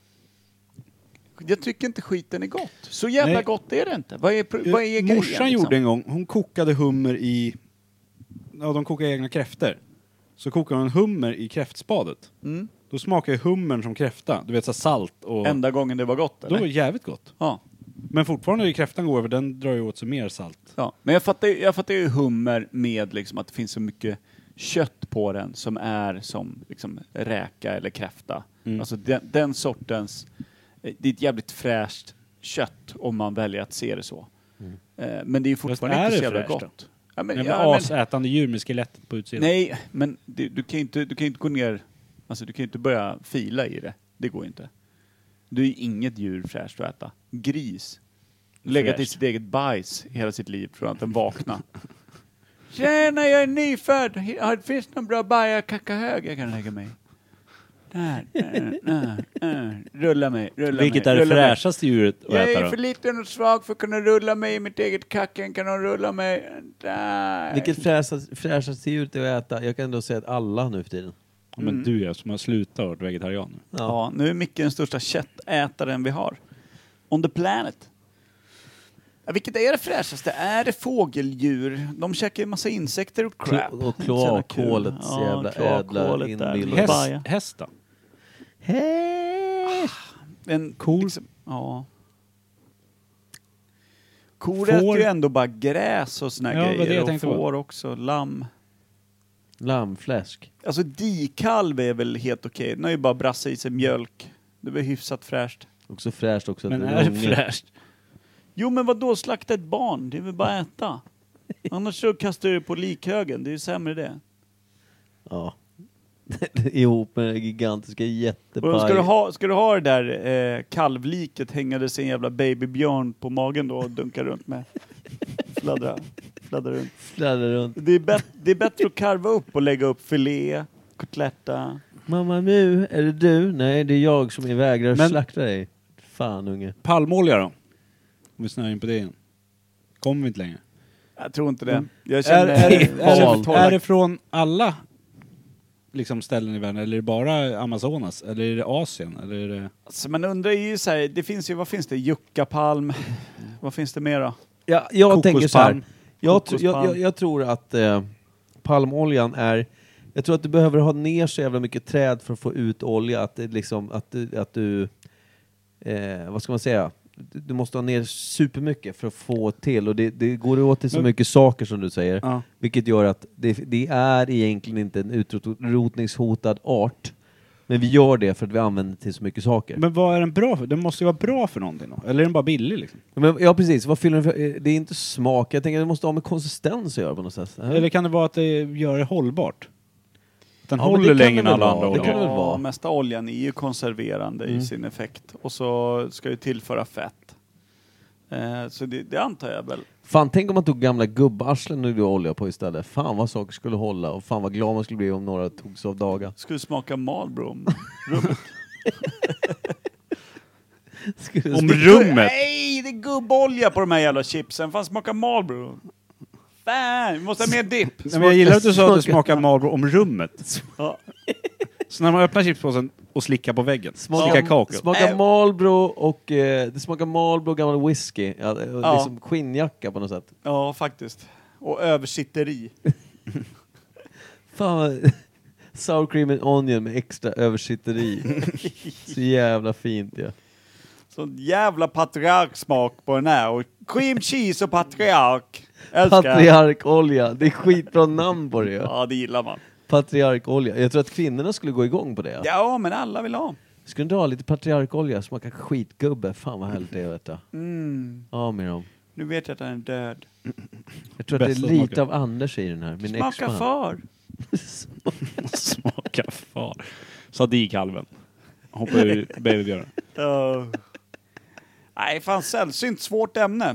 S2: Jag tycker inte skiten är gott. Så jävla
S1: Nej.
S2: gott är det inte. Vad är grejen?
S1: Morsan
S2: liksom?
S1: gjorde en gång, hon kokade hummer i... Ja, de kokade egna kräfter. Så kokade hon hummer i kräftspadet.
S2: Mm.
S1: Då smakar ju hummern som kräfta. Du vet, så salt och...
S2: Enda gången det var gott,
S1: Då var
S2: eller?
S1: det jävligt gott.
S2: Ja.
S1: Men fortfarande är ju kräftan god, för den drar ju åt sig mer salt.
S2: Ja. Men jag fattar ju hummer med liksom att det finns så mycket kött på den som är som liksom räka eller kräfta.
S1: Mm.
S2: Alltså den sortens... Det är ett jävligt fräscht kött om man väljer att se det så. Men det är ju fortfarande
S1: är
S2: inte så
S1: det
S2: jävla
S1: fräscht då?
S2: gott. Ja, men,
S1: Jävla
S2: ja, men,
S1: asätande djur med skelettet på utsidan.
S2: nej, men du kan ju inte gå ner... Alltså du kan ju inte börja fila i det. Det går ju inte. Det är ju inget djur fräscht att äta. Gris. Lägga till
S1: Fräscht.
S2: sitt eget bajs hela sitt liv från att den vaknar. Tjena, jag är nyfödd. Finns det någon bra baj jag kackar hög jag kan lägga mig? Där. Rulla mig.
S1: Vilket är det fräschaste djuret att
S2: Jag
S1: äta
S2: är
S1: då?
S2: för liten och svag för att kunna rulla mig i mitt eget kacken. Kan de rulla mig? Där.
S4: Vilket fräschaste djuret är att äta? Jag kan ändå säga att alla nu för tiden.
S1: Ja, men du är som har slutat vara vegetarian nu.
S2: Ja, nu är Micke den största köttätaren vi har. On the planet. Ja, vilket är det fräschaste? Är det fågeldjur? De käkar ju massa insekter och crap.
S4: Och kloakhålets
S2: Så jävla
S4: jävla
S2: kul.
S4: ädla
S2: kloakhålet där.
S4: inbillning.
S2: Baja.
S1: Häst då?
S2: En
S1: Cool.
S2: Liksom, ja. Kor äter ju ändå bara gräs och såna
S1: Ja, vad det
S2: grejer.
S1: jag
S2: Och
S1: tänkte på.
S2: får också. Lamm.
S4: Lammfläsk.
S2: Alltså dikalv är väl helt okej. Den har ju bara brassat i sig mjölk. Det var hyfsat fräscht.
S4: Också fräscht också.
S1: Men
S4: att
S1: är det
S4: unge-
S1: fräscht?
S2: Jo men vad då slakta ett barn? Det är väl bara äta. Annars så kastar du det på likhögen. Det är ju sämre det.
S4: Ja. Ihop med den gigantiska
S2: Och
S4: jättepaj.
S2: ska du ha det där kalvliket hängades en jävla babybjörn på magen då och dunka runt med. Fladdra runt.
S4: Fladdrar runt.
S2: Det är bättre att karva upp och lägga upp filé, kotletta.
S4: Mamma nu, är det du? Nej, det är jag som vägrar
S1: Men-
S4: slakta dig. Fan unge.
S1: Palmolja då? Om vi snöar in på det igen. Kommer vi inte längre.
S2: Jag tror inte det. Jag
S1: Är,
S2: känner
S1: är det från alla liksom ställen i världen? Eller är det bara Amazonas? Eller är det Asien? Eller är det...
S2: Alltså, man undrar ju så här, det finns ju, vad finns det? Juckapalm. Vad finns det mer då?
S4: Ja, jag tänker så här.
S1: Kokospalm.
S4: Jag tror att palmoljan är... Jag tror att du behöver ha ner så jävla mycket träd för att få ut olja. Att det liksom, att du vad ska man säga? Du måste ha ner supermycket för att få till. Och det går åt till så mycket saker som du säger.
S1: Ja.
S4: Vilket gör att det är egentligen inte en utrotningshotad art. Men vi gör det för att vi använder till så mycket saker.
S1: Men vad är den bra för? Den måste ju vara bra för någonting då. Eller är den bara billig liksom?
S4: Men, ja, precis. Vad fyller den för? Det är inte smak. Jag tänker att det måste ha med konsistens att göra på något sätt.
S1: Eller kan det vara att det gör det hållbart? Att den
S4: Ja, men
S1: håller
S4: det kan
S1: längre än
S4: det väl
S1: alla
S4: vara.
S1: andra
S4: Det kan
S1: oljor?
S4: det väl vara.
S2: Mesta oljan är ju konserverande i sin effekt. Och så ska ju tillföra fett. Så det antar jag väl.
S4: Fan, tänk om man tog gamla gubbarslen och gjorde olja på istället. Fan vad saker skulle hålla. Och fan vad glad man skulle bli om några togs av dagar.
S2: Skulle smaka Marlboro.
S1: Om rummet?
S2: Nej, det är gubbolja på de här jävla chipsen. Fan, smaka Marlboro. Fan, vi måste ha mer dipp.
S1: Nej, men jag gillar att du sa att det smakar Marlboro om rummet.
S2: Ja.
S1: Så när man öppnar chipspåsen och slickar på väggen. Slickar kakor.
S4: Smakar Marlboro och det smakar Marlboro gammal whisky. Ja, liksom skinnjacka på något sätt.
S2: Ja, faktiskt. Och översitteri.
S4: Fan, sour cream and onion med extra översitteri. Så jävla fint ja.
S2: Så jävla patriarksmak på den här. Och cream cheese och patriark. Älskar.
S4: Patriarkolja, det är skitbra namn på det. Ja.
S2: Ja, det gillar man.
S4: Patriarkolja. Jag tror att kvinnorna skulle gå igång på det. Ja.
S2: Ja, men alla vill ha.
S4: Skulle du ha lite patriarkolja, smaka skitgubbe. Fan vad härligt det är, vet du. Ja, med dem.
S2: Nu vet jag att han är död.
S4: Jag tror att det
S1: Bästa
S4: är lite
S1: smaken.
S4: av Anders i den här. Min
S2: Smaka
S4: exman.
S2: för.
S1: Smaka far. Sa dikalven. Hoppar ur babybjörnen.
S2: Nej, fan sällsynt svårt ämne.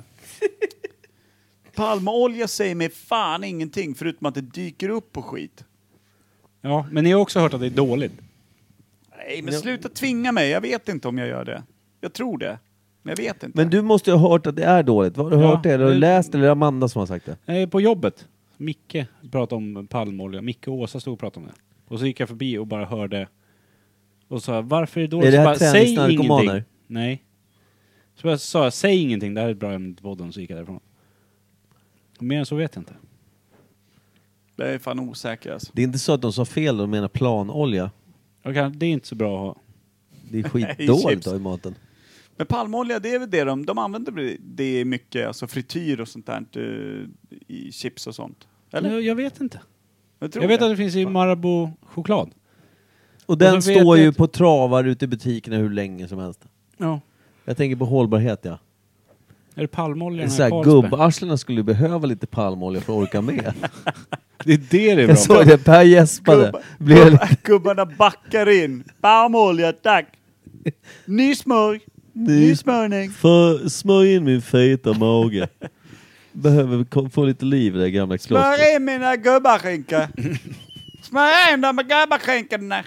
S2: Palmolja säger mig fan ingenting förutom att det dyker upp på skit.
S1: Ja, men ni har också hört att det är dåligt.
S2: Nej, men sluta tvinga mig. Jag vet inte om jag gör det. Jag tror det. Men jag vet inte.
S4: Men du måste ju ha hört att det är dåligt. Vad har du
S1: Ja,
S4: hört det? Har du
S1: det-
S4: läst eller är det Amanda som har sagt det?
S1: På jobbet. Micke pratade om palmolja. Micke och Åsa stod och pratade om det. Och så gick jag förbi och bara hörde. Och sa, varför är det dåligt?
S4: Är det här
S1: Så bara, säg
S4: träningsnarkomaner?
S1: ingenting. Nej. Så jag sa, säg ingenting. Det här är ett bra ämne till podden. Så gick jag därifrån. Och mer än så vet jag inte.
S2: Jag är fan osäker alltså.
S4: Det är inte så att de sa fel, de menar planolja.
S1: Okej, det är inte så bra att ha.
S4: Det är
S2: chips.
S4: skitdåligt då i maten.
S2: Men palmolja, det är väl det de använder det mycket, alltså frityr och sånt där i chips och sånt. Eller?
S1: Jag vet inte.
S2: tror
S1: Jag vet
S2: det.
S1: att det finns i Marabou-choklad.
S4: Och den
S1: så vet
S4: står
S1: jag
S4: ju
S1: att-
S4: på travar ute i butikerna hur länge som helst.
S1: Ja.
S4: Jag tänker på hållbarhet, ja.
S1: Är det palmolja?
S4: Så här, gubbarslena skulle ju behöva lite palmolja för att orka med.
S1: Det är det är bra.
S4: Jag såg det, Per gäspade.
S2: Gubbarna backar in. Palmolja, tack. Ny smör. Ny smörning.
S4: För smörj in min feta mage. Behöver få lite liv i det gamla klostret.
S2: Smör in mina gubbaskinkor. Smör in dem med gubbaskinkorna.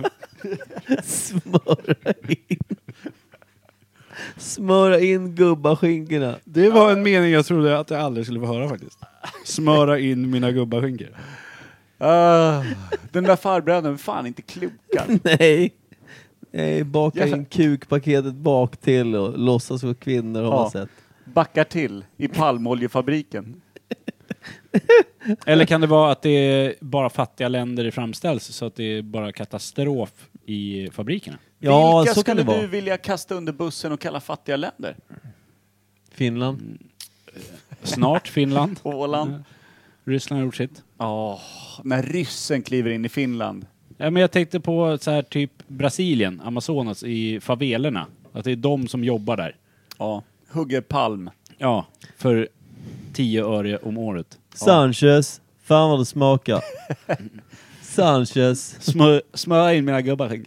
S4: Smöra in gubbaskinkorna.
S1: Det var en mening jag trodde att jag aldrig skulle få höra faktiskt. Smöra in mina gubbaskinkor.
S2: Den där farbröden är fan inte kloka.
S4: Nej. Baka
S2: Ja.
S4: in kukpaketet bak till och låtsas för kvinnor har man
S2: Ja.
S4: sett.
S2: Backar till i palmoljefabriken.
S1: Eller kan det vara att det är bara fattiga länder i framställs så att det är bara katastrof i fabrikerna?
S4: Ja,
S2: Vilka
S4: så kan
S2: skulle
S4: det vara.
S2: du vilja kasta under bussen och kalla fattiga länder?
S4: Finland.
S1: Snart Finland.
S2: Åland.
S1: Ryssland har gjort sitt.
S2: När ryssen kliver in i Finland.
S1: Ja, men jag tänkte på så här typ Brasilien, Amazonas i favelerna. Att det är de som jobbar där.
S2: Ja. Hugger palm.
S1: Ja, för 10 öre om året.
S4: Sanchez, fan vad det smakar. Sanchez.
S1: Smör in mina gubbar.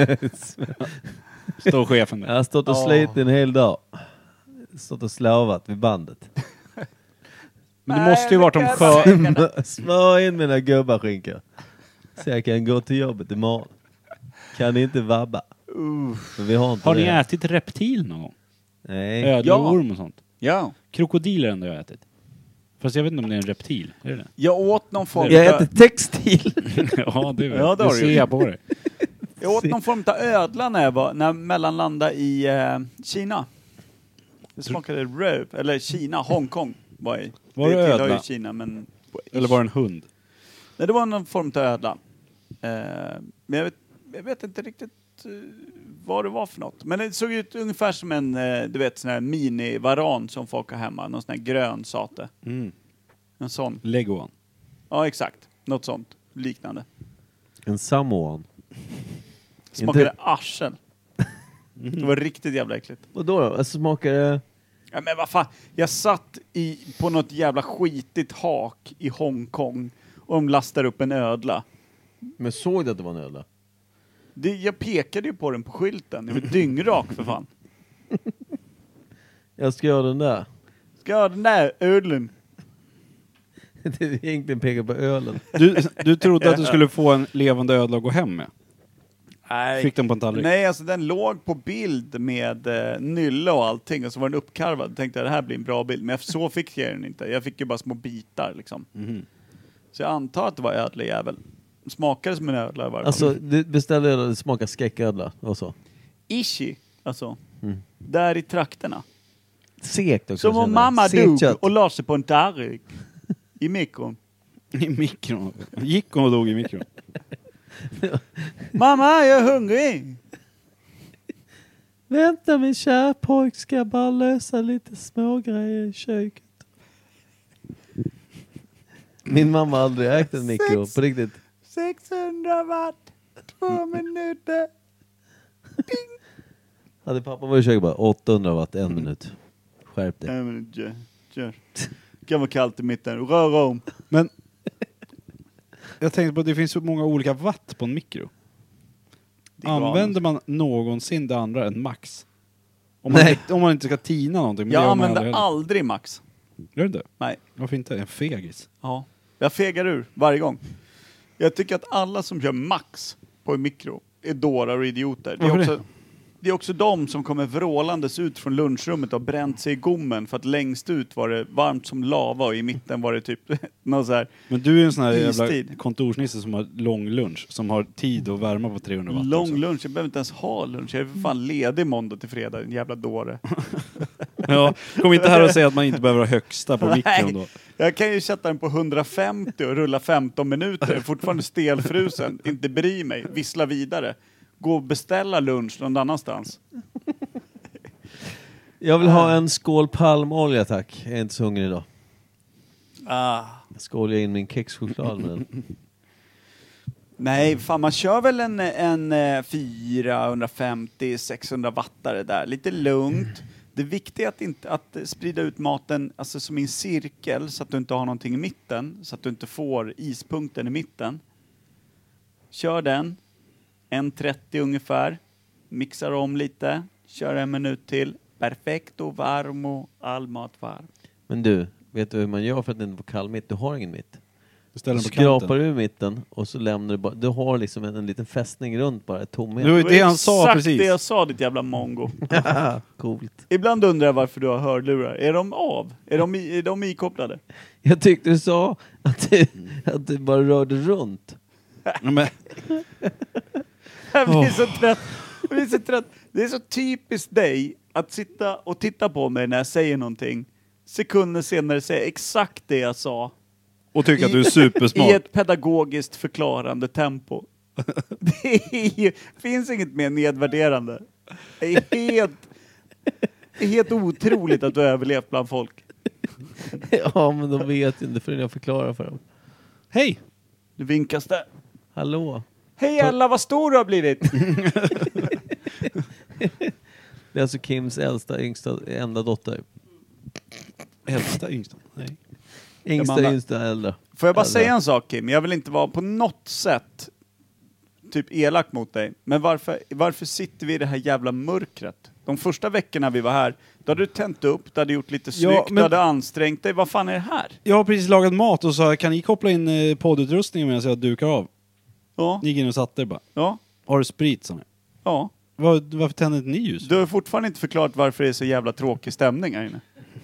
S1: Står chefen där.
S4: Jag har stått och slitit en hel dag. Stått och slavat vid bandet.
S1: Men det måste ju varit om
S4: Smör in mina gubbaskinkor. Så jag kan gå till jobbet imorgon. Kan ni inte vabba? Men vi har inte
S1: Har ni
S4: det.
S1: ätit reptil någon gång?
S4: Nej.
S1: Ödlorm och sånt?
S2: Ja.
S1: Krokodiler ändå jag ätit. Fast jag vet inte om det är en reptil. Är det det?
S2: Jag åt någon form
S4: Jag äter textil.
S1: Ja, det vet
S2: Ja, det har
S1: det
S2: du
S1: ser
S2: ju.
S1: jag på det.
S2: Jag åt någon form av ödla när jag mellanlandade i Kina. Det smakade röv. Eller Kina, Hongkong var i.
S1: Var det
S2: tillhör
S1: ödla?
S2: ju Kina, men...
S1: Eller var det en hund?
S2: Nej, det var någon form av ödla. Men jag vet inte riktigt vad det var för något. Men det såg ut ungefär som en, du vet, sån här mini-varan som folk har hemma. Någon sån här grön sate. En sån.
S1: Leguan.
S2: Ja, exakt. Något sånt. Liknande.
S4: En samoan.
S2: Smakade arsel. Det var riktigt jävla äckligt.
S4: Och då? Alltså smakar det...
S2: Ja, men vad fan. Jag satt på något jävla skitigt hak i Hongkong och de lastar upp en ödla.
S4: Men såg du att det var en ödla?
S2: Jag pekade ju på den på skylten. Jag var dyngrak för fan.
S4: Jag ska göra den där.
S2: Ska jag ha den där ödlen?
S4: Det är egentligen pekar på ölen.
S1: Du trodde att du skulle få en levande ödla att gå hem med?
S2: Nej.
S1: Fick den på en tallrik?
S2: Nej, alltså den låg på bild med nylle och allting och så var den uppkarvad. Jag tänkte att det här blir en bra bild. Men så fick jag den inte. Jag fick ju bara små bitar liksom. Så jag antar att det var ödlejävel. Smakade som en ödla i varje fall.
S4: Alltså, du beställde öl och det smakar skäcködla och så.
S2: Ishi, alltså. Där i trakterna.
S4: Sekt också.
S2: Som om mamma dog och la sig på en tallrik. I mikron.
S1: I mikron. Gick hon och dog i mikron?
S2: Mamma, jag är hungrig!
S4: Vänta min kära pojk, ska jag bara lösa lite smågrejer i köket. Min mamma har aldrig ägt en mikro, på riktigt.
S2: 600 watt, 2 minuter.
S4: Hade pappa varit i köket bara 800 watt, 1 minut. Skärp dig.
S2: Nej men kör. Det kan vara kallt i mitten. Rör om.
S1: Men jag tänkte på att det finns så många olika watt på en mikro. Använder man någonsin det andra än max? Om man inte ska tina någonting. Men
S2: Jag
S1: det gör man
S2: använder
S1: aldrig.
S2: aldrig max.
S1: Gör du inte?
S2: Nej.
S1: Varför inte? En fegis.
S2: Ja. Jag fegar ur varje gång. Jag tycker att alla som kör max på en mikro är dårar och idioter. Det är också de som kommer vrålandes ut från lunchrummet och har bränt sig i gommen för att längst ut var det varmt som lava och i mitten var det typ någon så här.
S1: Men du är en sån här jävla
S2: istid.
S1: kontorsnisse som har lång lunch. Som har tid att värma på 300 watt.
S2: Lång
S1: också.
S2: lunch, jag behöver inte ens ha lunch. Jag är för fan ledig måndag till fredag, en jävla dåre.
S1: Ja, kom inte här och säga att man inte behöver ha högsta på mikron då.
S2: Jag kan ju sätta den på 150 och rulla 15 minuter, fortfarande stelfrusen, inte bry mig, vissla vidare. Gå och beställa lunch någon annanstans.
S4: Jag vill ha en skål palmolja tack. Jag är inte så hungrig idag. Jag ska olja in min kexchoklad med den.
S2: Nej, fan man kör väl en 450-600 wattare där, lite lugnt. Det viktiga är att sprida ut maten alltså som i en cirkel så att du inte har någonting i mitten, så att du inte får ispunkten i mitten. Kör den, 1.30 ungefär, mixar om lite, kör 1 minut till. Perfecto, varmo, all mat varm.
S4: Men du, vet du hur man gör för att det inte får kall mitt? Du har ingen mitt.
S1: Du ställer
S4: Du
S1: den på
S4: skrapar
S1: kanten.
S4: ur mitten och så lämnar du bara... Du har liksom en liten fästning runt bara, ett tomhet.
S1: Det var ju det han sa
S2: Exakt
S1: precis.
S2: det jag sa, ditt jävla mongo.
S4: Coolt.
S2: Ibland undrar jag varför du har hörlurar. Är de av? Är de ikopplade?
S4: Jag tyckte du sa att du bara rörde runt.
S1: Men,
S2: Jag blir så trött. Jag blir så trött. Det är så typiskt dig att sitta och titta på mig när jag säger någonting. Sekunder senare säger exakt det jag sa.
S1: och tycker att du är
S2: I
S1: supersmart.
S2: ett pedagogiskt förklarande tempo. Det finns inget mer nedvärderande. Det är helt otroligt att du har överlevt bland folk.
S4: Ja, men de vet inte förrän jag förklarar för dem.
S1: Hej!
S2: Nu vinkas det.
S4: Hallå?
S2: Hej alla, vad stor du har blivit!
S4: Det är alltså Kims äldsta, yngsta, enda dotter.
S1: Äldsta yngsta. Nej.
S4: Yngsta,
S2: Amanda.
S4: yngsta, äldre.
S2: Får jag bara
S4: Äldre.
S2: säga en sak, Kim? Jag vill inte vara på något sätt typ elak mot dig. Men varför sitter vi i det här jävla mörkret? De första veckorna vi var här, då hade du tänt upp, du hade gjort lite snyggt,
S1: men-
S2: du hade ansträngt dig. Vad fan är det här?
S1: Jag har precis lagat mat och sa, kan ni koppla in poddutrustningen medan jag dukar av?
S2: Ja,
S1: Ni gick in och satte er bara.
S2: ja,
S1: Har du sprit, sa ni?
S2: ja.
S1: Varför tänder inte ni ljus?
S2: Du har fortfarande inte förklarat varför det är så jävla tråkig stämning här inne.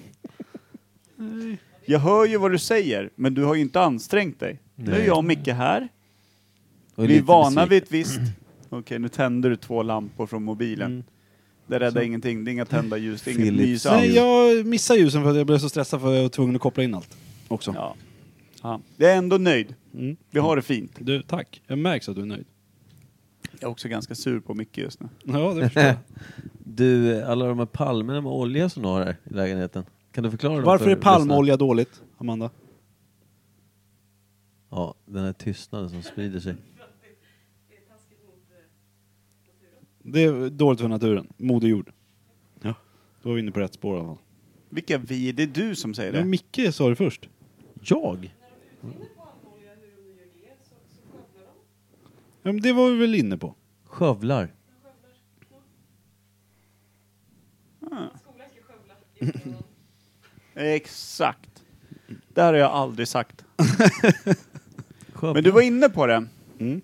S2: Jag hör ju vad du säger, men du har ju inte ansträngt dig. Nu är
S4: Nej.
S2: jag och Micke här.
S4: Och
S2: Vi är
S4: lite
S2: vana
S4: besviken.
S2: vid ett visst... Okej, nu tänder du 2 lampor från mobilen.
S1: Mm.
S2: Det räddar ingenting, det är inga tända ljus, det är inget
S4: Philips.
S2: lys alls.
S1: Nej, jag missade ljusen för att jag blev så stressad för att jag var tvungen att koppla in allt. Också.
S2: Ja. Ja. Jag är ändå nöjd.
S1: Mm.
S2: Vi har det fint.
S1: Du, tack. Jag märks att du är nöjd.
S2: Jag är också ganska sur på Micke just nu.
S1: Ja, det förstår jag.
S4: Du, alla de här palmerna med olja som du har här i lägenheten. Kan du förklara dem
S1: Varför
S4: för
S1: är palmolja dåligt, Amanda?
S4: lyssnarna? Ja, den här tystnaden som sprider sig.
S1: Det är dåligt för naturen. Moder jord. Ja. Då var vi inne på rätt spår i alla fall.
S2: Vilka vi? Det är du som säger
S1: Men
S2: det.
S1: Micke sa det först.
S4: Jag?
S1: Ja, men det var vi väl inne på.
S4: Skövlar.
S2: Exakt. Det här har jag aldrig sagt.
S4: Skövlar.
S2: Men du var inne på det.
S1: Mm.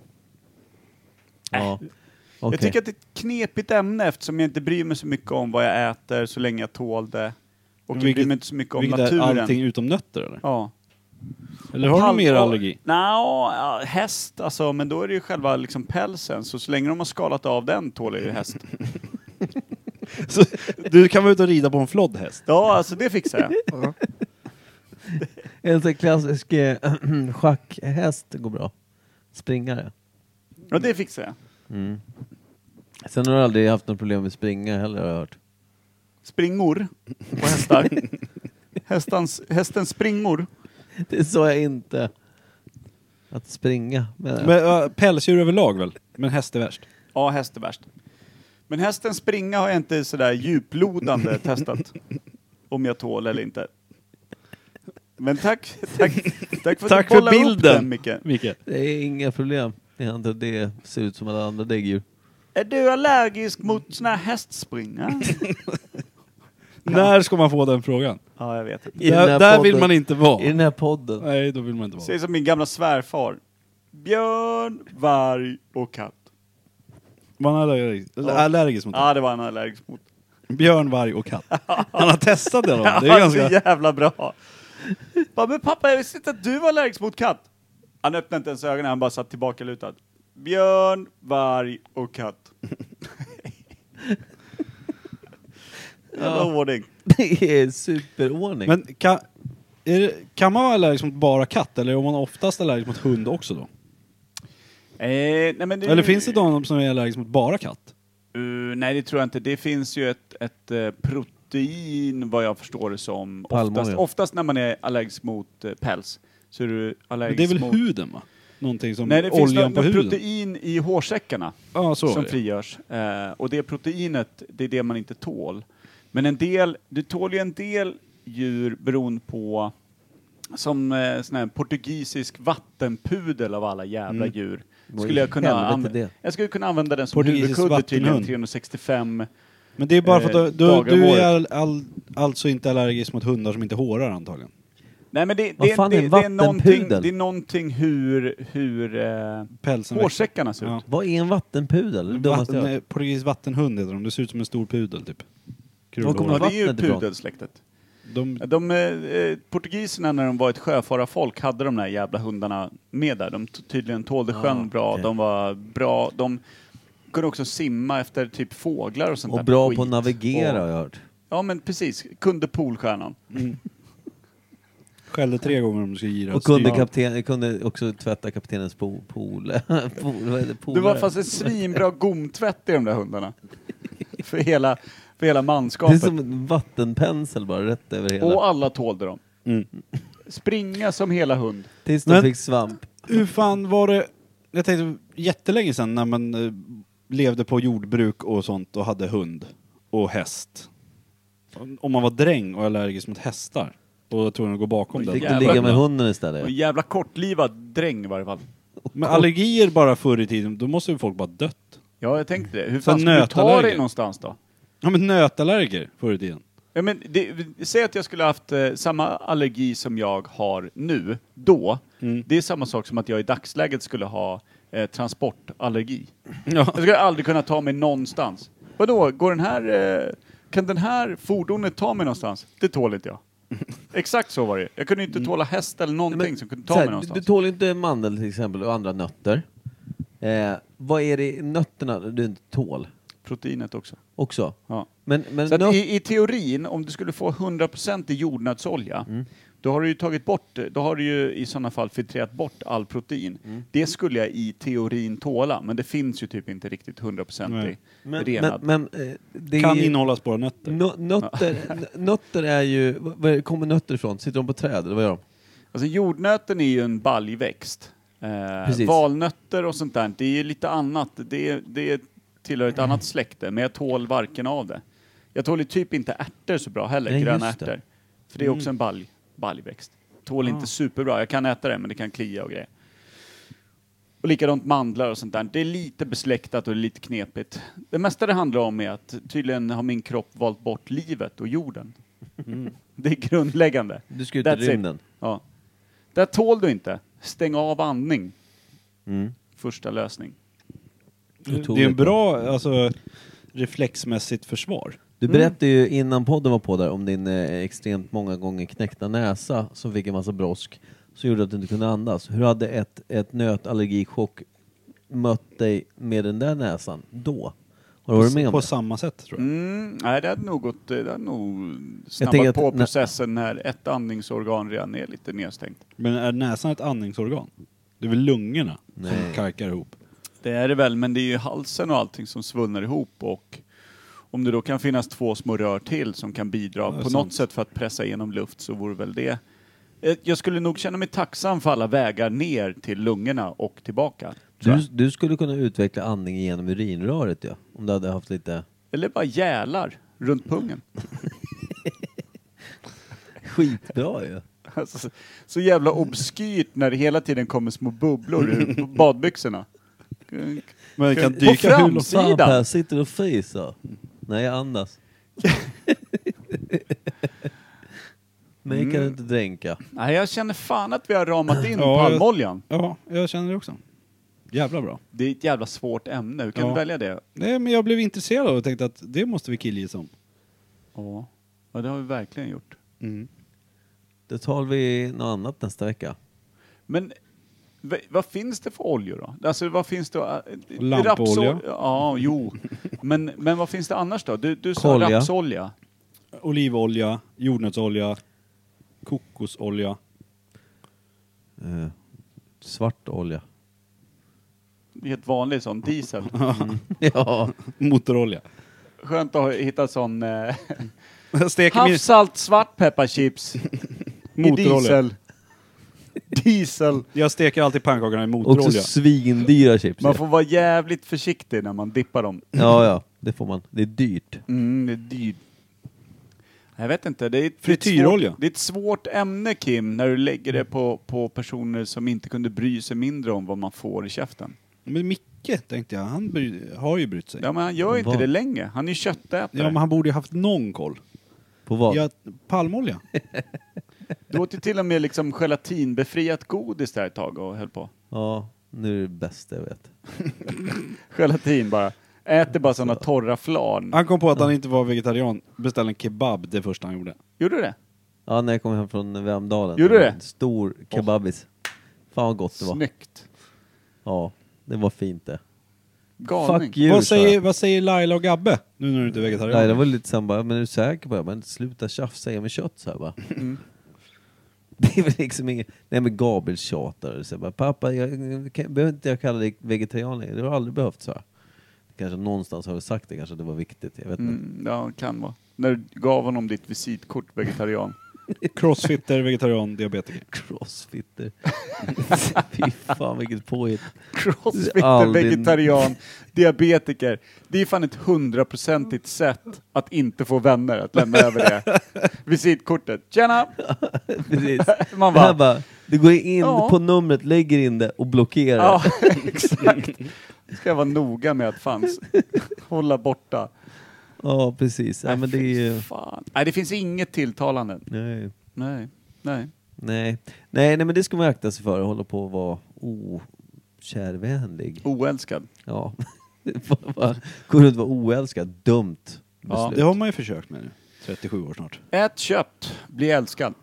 S4: Ja. Okej.
S2: Jag tycker att det är ett knepigt ämne eftersom jag inte bryr mig så mycket om vad jag äter så länge jag tål det. Och jag bryr mig inte så mycket om
S1: Vilket är
S2: naturen.
S1: allting utom nötter, eller?
S2: Ja.
S1: Eller har du mer allergi?
S2: Nja, häst alltså, men då är det ju själva liksom pälsen. Så länge de har skalat av den tål ju häst.
S1: Så, du kan vara ute och rida på en flodhäst.
S2: Ja, alltså det fixar jag.
S4: En sån klassisk schackhäst går bra. Springare.
S2: Ja, det fixar jag.
S4: Mm. Sen har du aldrig haft något problem med springa heller, har jag hört.
S2: Springor på hästar. Hästens springor.
S4: Det sa jag inte. Att springa. Men,
S1: Men, pälsdjur överlag väl? Men häst är värst.
S2: Ja, häst är värst. Men hästens springa har jag inte sådär djuplodande testat. Om jag tål eller inte. Men tack för att
S1: Tack
S2: du
S1: för
S2: bollar upp
S1: bilden.
S2: den, Micke.
S1: Micke.
S4: det är inga problem. Det ser ut som alla andra däggdjur.
S2: Är du allergisk mot såna här hästspringa?
S1: När ska man få den frågan?
S2: Ja, jag vet inte.
S4: I den här
S1: Där vill
S4: podden-
S1: man inte vara.
S4: I den här podden.
S1: Nej, då vill man inte vara.
S2: Säg som min gamla svärfar. Björn, varg och katt.
S1: Man är allergisk mot det.
S2: Ja, det var han allergisk mot.
S1: Björn, varg och katt. Han har testat det då. Det är
S2: Ja,
S1: ganska...
S2: så jävla bra. Bara, men pappa, jag visste inte att du var allergisk mot katt. Han öppnade inte ens ögonen, han bara satt tillbaka lutad. Björn, varg och katt. Jävla ordning.
S4: Det är superordning.
S1: Men kan man vara allergisk mot bara katt? Eller är man oftast allergisk mot hund också då?
S2: Nej, men det,
S1: Eller finns det de som är allergisk mot bara katt?
S2: Nej, det tror jag inte. Det finns ju ett protein, vad jag förstår det som.
S4: Palmolja.
S2: Oftast när man är allergisk mot päls så är du
S1: Men
S2: allergisk
S1: det är väl
S2: mot...
S1: huden, va? Någonting som
S2: Nej, det finns
S1: oljan på
S2: något
S1: huden.
S2: protein i hårsäckarna
S1: Ja, så
S2: som
S1: är det.
S2: frigörs. Och det proteinet, det är det man inte tål. Men du tål ju en del djur beroende på som sån här portugisisk vattenpudel av alla jävla djur.
S4: Vad i helvete det?
S2: Jag skulle kunna använda den som
S1: Portugisisk
S2: huvudkudde tydligen
S1: vattenhund.
S2: 365.
S1: Men det är bara för att
S2: dagar om
S1: du är alltså inte allergisk mot hundar som inte hårar antagligen.
S2: Nej, men det
S4: Vad
S2: är
S4: fan är en
S2: det är någonting,
S4: vattenpudel?
S2: det är någonting hur
S1: Pälsen
S2: hårsäckarna ser ut.
S1: Ja.
S4: Vad är en vattenpudel? Det dummaste jag hört.
S1: Portugisisk vattenhund heter de. Det ser ut som en stor pudel typ.
S4: Var kommer
S2: Ja, det är ju
S4: vattnet ifrån?
S2: pudelsläktet.
S1: De,
S2: Portugiserna när de var ett sjöfararfolk hade de där jävla hundarna med där. De tydligen tålde sjön bra,
S4: okej.
S2: de var bra, de kunde också simma efter typ fåglar och sånt
S4: Och
S2: där
S4: bra
S2: skit.
S4: på att navigera har
S2: Och,
S4: jag hört.
S2: ja men precis, kunde polstjärnan.
S1: skällde 3 gånger om du skulle gira.
S4: Och kunde också tvätta kaptenens pool. Vad är det?
S2: Det var fast ett svinbra gomtvätt i de där hundarna. för hela
S4: Det är
S2: manskapet.
S4: som en vattenpensel bara rätt över hela.
S2: Och alla tålde dem. Springa som hela hund.
S4: Tills de
S1: Men-
S4: fick svamp.
S1: Hur fan var det? Jag tänkte jättelänge sedan när man levde på jordbruk och sånt och hade hund och häst. Om man var dräng och allergisk mot hästar och tvungen att gå bakom den.
S4: Fick du
S2: Jävlar.
S4: ligga med hunden
S2: Och
S4: istället?
S2: en jävla kortlivad dräng i varje fall.
S1: Men allergier bara förr i tiden, då måste ju folk bara dött.
S2: Ja, jag tänkte det. Hur
S1: Så
S2: fan ska du ta
S1: nötallergiker.
S2: dig någonstans då?
S1: Ja men nötallergiker förr i tiden.
S2: Ja, men säg att jag skulle haft samma allergi som jag har nu, då. Det är samma sak som att jag i dagsläget skulle ha transportallergi.
S1: Ja.
S2: Jag skulle aldrig kunna ta mig någonstans. Vadå, går den här... kan den här fordonet ta mig någonstans? Det tål inte jag. Exakt så var det. Jag kunde inte tåla häst eller någonting som kunde ta
S4: Så här,
S2: mig någonstans.
S4: du tål inte mandel till exempel och andra nötter. Vad är det i nötterna du inte tål?
S2: Proteinet också.
S4: Också?
S2: Ja.
S4: Men
S2: Så att i teorin, om du skulle få 100% i jordnötsolja, då har du ju tagit bort, då har du ju i sådana fall filtrerat bort all protein. Det skulle jag i teorin tåla, men det finns ju typ inte riktigt 100% renad.
S4: det
S1: Kan
S4: är,
S1: innehålla spår av nötter.
S4: nötter är ju... Var kommer nötter ifrån? Sitter de på träd eller vad gör de?
S2: Alltså jordnöten är ju en baljväxt.
S4: Precis.
S2: Valnötter och sånt där, det är ju lite annat. Det tillhör ett annat släkte, men jag tål varken av det. Jag tål ju typ inte ärtor så bra heller,
S4: Nej,
S2: gröna
S4: just det.
S2: ärtor. För det är också en baljväxt. Tål inte superbra. Jag kan äta det, men det kan klia och grejer. Och likadant mandlar och sånt där. Det är lite besläktat och lite knepigt. Det mesta det handlar om är att tydligen har min kropp valt bort livet och jorden. Det är grundläggande.
S4: Du ska ut i
S2: That's it.
S4: rymden.
S2: Ja. Där tål du inte. Stäng av andning.
S4: Mm.
S2: Första lösning.
S1: Det är en bra, alltså, reflexmässigt försvar.
S4: Du berättade ju innan podden var på där om din extremt många gånger knäckta näsa som fick en massa brosk som gjorde att du inte kunde andas. Hur hade ett nötallergichock mött dig med den där näsan då? Har du varit med om
S1: På
S4: det?
S1: samma sätt tror jag.
S2: Nej, det hade nog gått, det hade nog
S4: tänker
S2: snabbat
S4: att
S2: på processen när ett andningsorgan redan är lite nedstängt.
S1: Men är näsan ett andningsorgan? Det är väl lungorna som
S4: Nej.
S1: karkar ihop?
S2: Det är det väl, men det är ju halsen och allting som svullnar ihop, och om det då kan finnas 2 små rör till som kan bidra på något sätt för att pressa igenom luft, så vore väl det. Jag skulle nog känna mig tacksam för alla vägar ner till lungorna och tillbaka.
S4: Du skulle kunna utveckla andning genom urinröret, ja. Om du hade haft lite...
S2: Eller bara gälar runt pungen.
S4: Skitbra ju.
S2: Alltså, så jävla obskyrt när det hela tiden kommer små bubblor ur badbyxorna.
S1: Men det kan
S2: På
S1: dyka hur långt...
S2: framsidan.
S4: Fan Per, sitter och fiser. Nej, jag andas. Mig kan du inte dränka.
S2: Nej, jag känner fan att vi har ramat in
S1: Ja,
S2: palmoljan.
S1: Ja, jag känner det också. Jävla bra.
S2: Det är ett jävla svårt ämne. Hur kan du välja det?
S1: Nej, men jag blev intresserad och tänkte att det måste vi killgissa om.
S2: Ja, det har vi verkligen gjort.
S4: Då tar vi något annat nästa vecka.
S2: Men vad finns det för oljor då? Alltså vad finns det?
S1: Lampolja.
S2: Ja, jo. Men vad finns det annars då? Du sa
S4: Kolja.
S2: rapsolja.
S1: Olivolja, jordnötsolja, kokosolja.
S4: Svart olja.
S2: Helt vanlig sån diesel.
S4: Ja.
S1: Motorolja.
S2: Skönt att hitta sån
S1: Jag steker min
S2: havssalt svartpepparchips i
S1: motorolja.
S2: diesel. Diesel.
S1: Jag steker alltid pannkakorna i
S4: Också
S1: motorolja.
S4: svindyra chips.
S2: Man får vara jävligt försiktig när man dippar dem.
S4: Ja, det får man. Det är dyrt.
S2: Det är dyrt. Jag vet inte, det är
S1: Frityrolja.
S2: Det är ett svårt ämne, Kim, när du lägger det på personer som inte kunde bry sig mindre om vad man får i käften.
S1: Men Micke, tänkte jag, han har ju brytt sig.
S2: Ja, men han gör inte
S4: Vad?
S2: det länge. Han är ju köttätare.
S1: Ja, men han borde ju haft någon koll.
S4: På vad?
S1: Ja, palmolja.
S2: Du åt ju till och med liksom gelatinbefriat godis där ett tag och höll på.
S4: Ja, nu är det bästa jag vet.
S2: Gelatin bara. Äter bara sådana torra flan.
S1: Han kom på att han inte var vegetarian. Beställde en kebab det första han gjorde.
S2: Gjorde du det?
S4: Ja, när jag kom hem från Vemdalen.
S2: Gjorde det?
S4: En stor kebabis. Fan vad gott det var.
S2: Snyggt.
S4: Ja, det var fint det.
S2: Galning.
S4: Fuck you, sa jag.
S1: Vad säger Laila och Gabbe? Nu när du inte är vegetarian.
S4: Nej, det var lite samma, men är du säker på det? Men sluta tjafsa med kött så här bara. Det är väl liksom inget... Nej, men Gabriel tjatar. Så bara, pappa, behöver inte jag kalla dig vegetarian längre? Det har aldrig behövt, så här. Kanske någonstans har vi sagt det, kanske det var viktigt. Jag vet inte.
S2: Ja, kan vara. När du gav honom ditt visitkort vegetarian.
S1: Crossfitter, vegetarian, diabetiker.
S4: Crossfitter. Fy fan vilket påhitt.
S2: Crossfitter,
S4: Aldrig-
S2: vegetarian, diabetiker. Det är fan ett 100% sätt att inte få vänner, att lämna över det. Visitkortet. Tjena!
S4: Precis.
S2: Man
S4: Det här
S2: bara,
S4: bara, du går in
S2: Ja.
S4: på numret, lägger in det och blockerar.
S2: ja, exakt. Ska jag vara noga med att fanns hålla borta.
S4: Ja, precis. Ja, men det är ju...
S2: Fan. Nej, det finns inget tilltalande.
S4: Nej.
S2: Nej.
S4: Nej, men det ska man akta sig för, att hålla på att vara kärvänlig.
S2: Oälskad.
S4: Ja. Går runt och vara oälskad. Dumt
S2: Ja.
S4: beslut.
S1: Det har man ju försökt med nu. 37 år snart.
S2: Ät kött, bli älskad.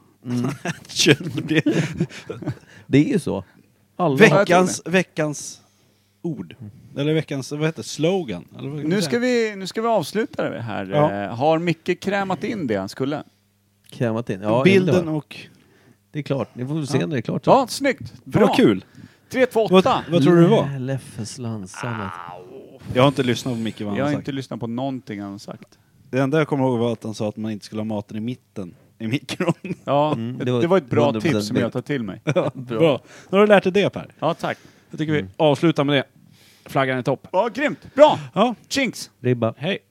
S4: Det är ju så. Alla.
S1: Veckans ord. Eller veckans, vad heter det? Slogan? Eller vad kan man
S2: Nu
S1: säga?
S2: ska vi avsluta det här.
S1: Ja.
S2: Har Micke krämat in det han skulle?
S4: Krämat in. Ja,
S1: Bilden och...
S4: det är klart. Ni får väl se när det är klart.
S2: Ja, snyggt.
S1: Det var
S2: Bra.
S1: kul.
S2: 3, 2, 8.
S1: Vad tror du det var?
S4: Leffes lansamet.
S1: Jag har inte lyssnat på Micke vad
S2: Jag
S1: han
S2: har
S1: har
S2: inte
S1: sagt.
S2: lyssnat på någonting han har sagt.
S1: Det enda jag kommer ihåg var att han sa att man inte skulle ha maten i mitten i mikron.
S2: Ja, det var ett bra
S4: 100%
S2: tips som jag tar till mig.
S1: Bra. Nu har du lärt dig det, Per.
S2: Ja, tack.
S1: Jag tycker vi avslutar med det. Flaggan är topp.
S2: Ja, grymt. Bra.
S1: Ja,
S4: Ribba.
S1: hej.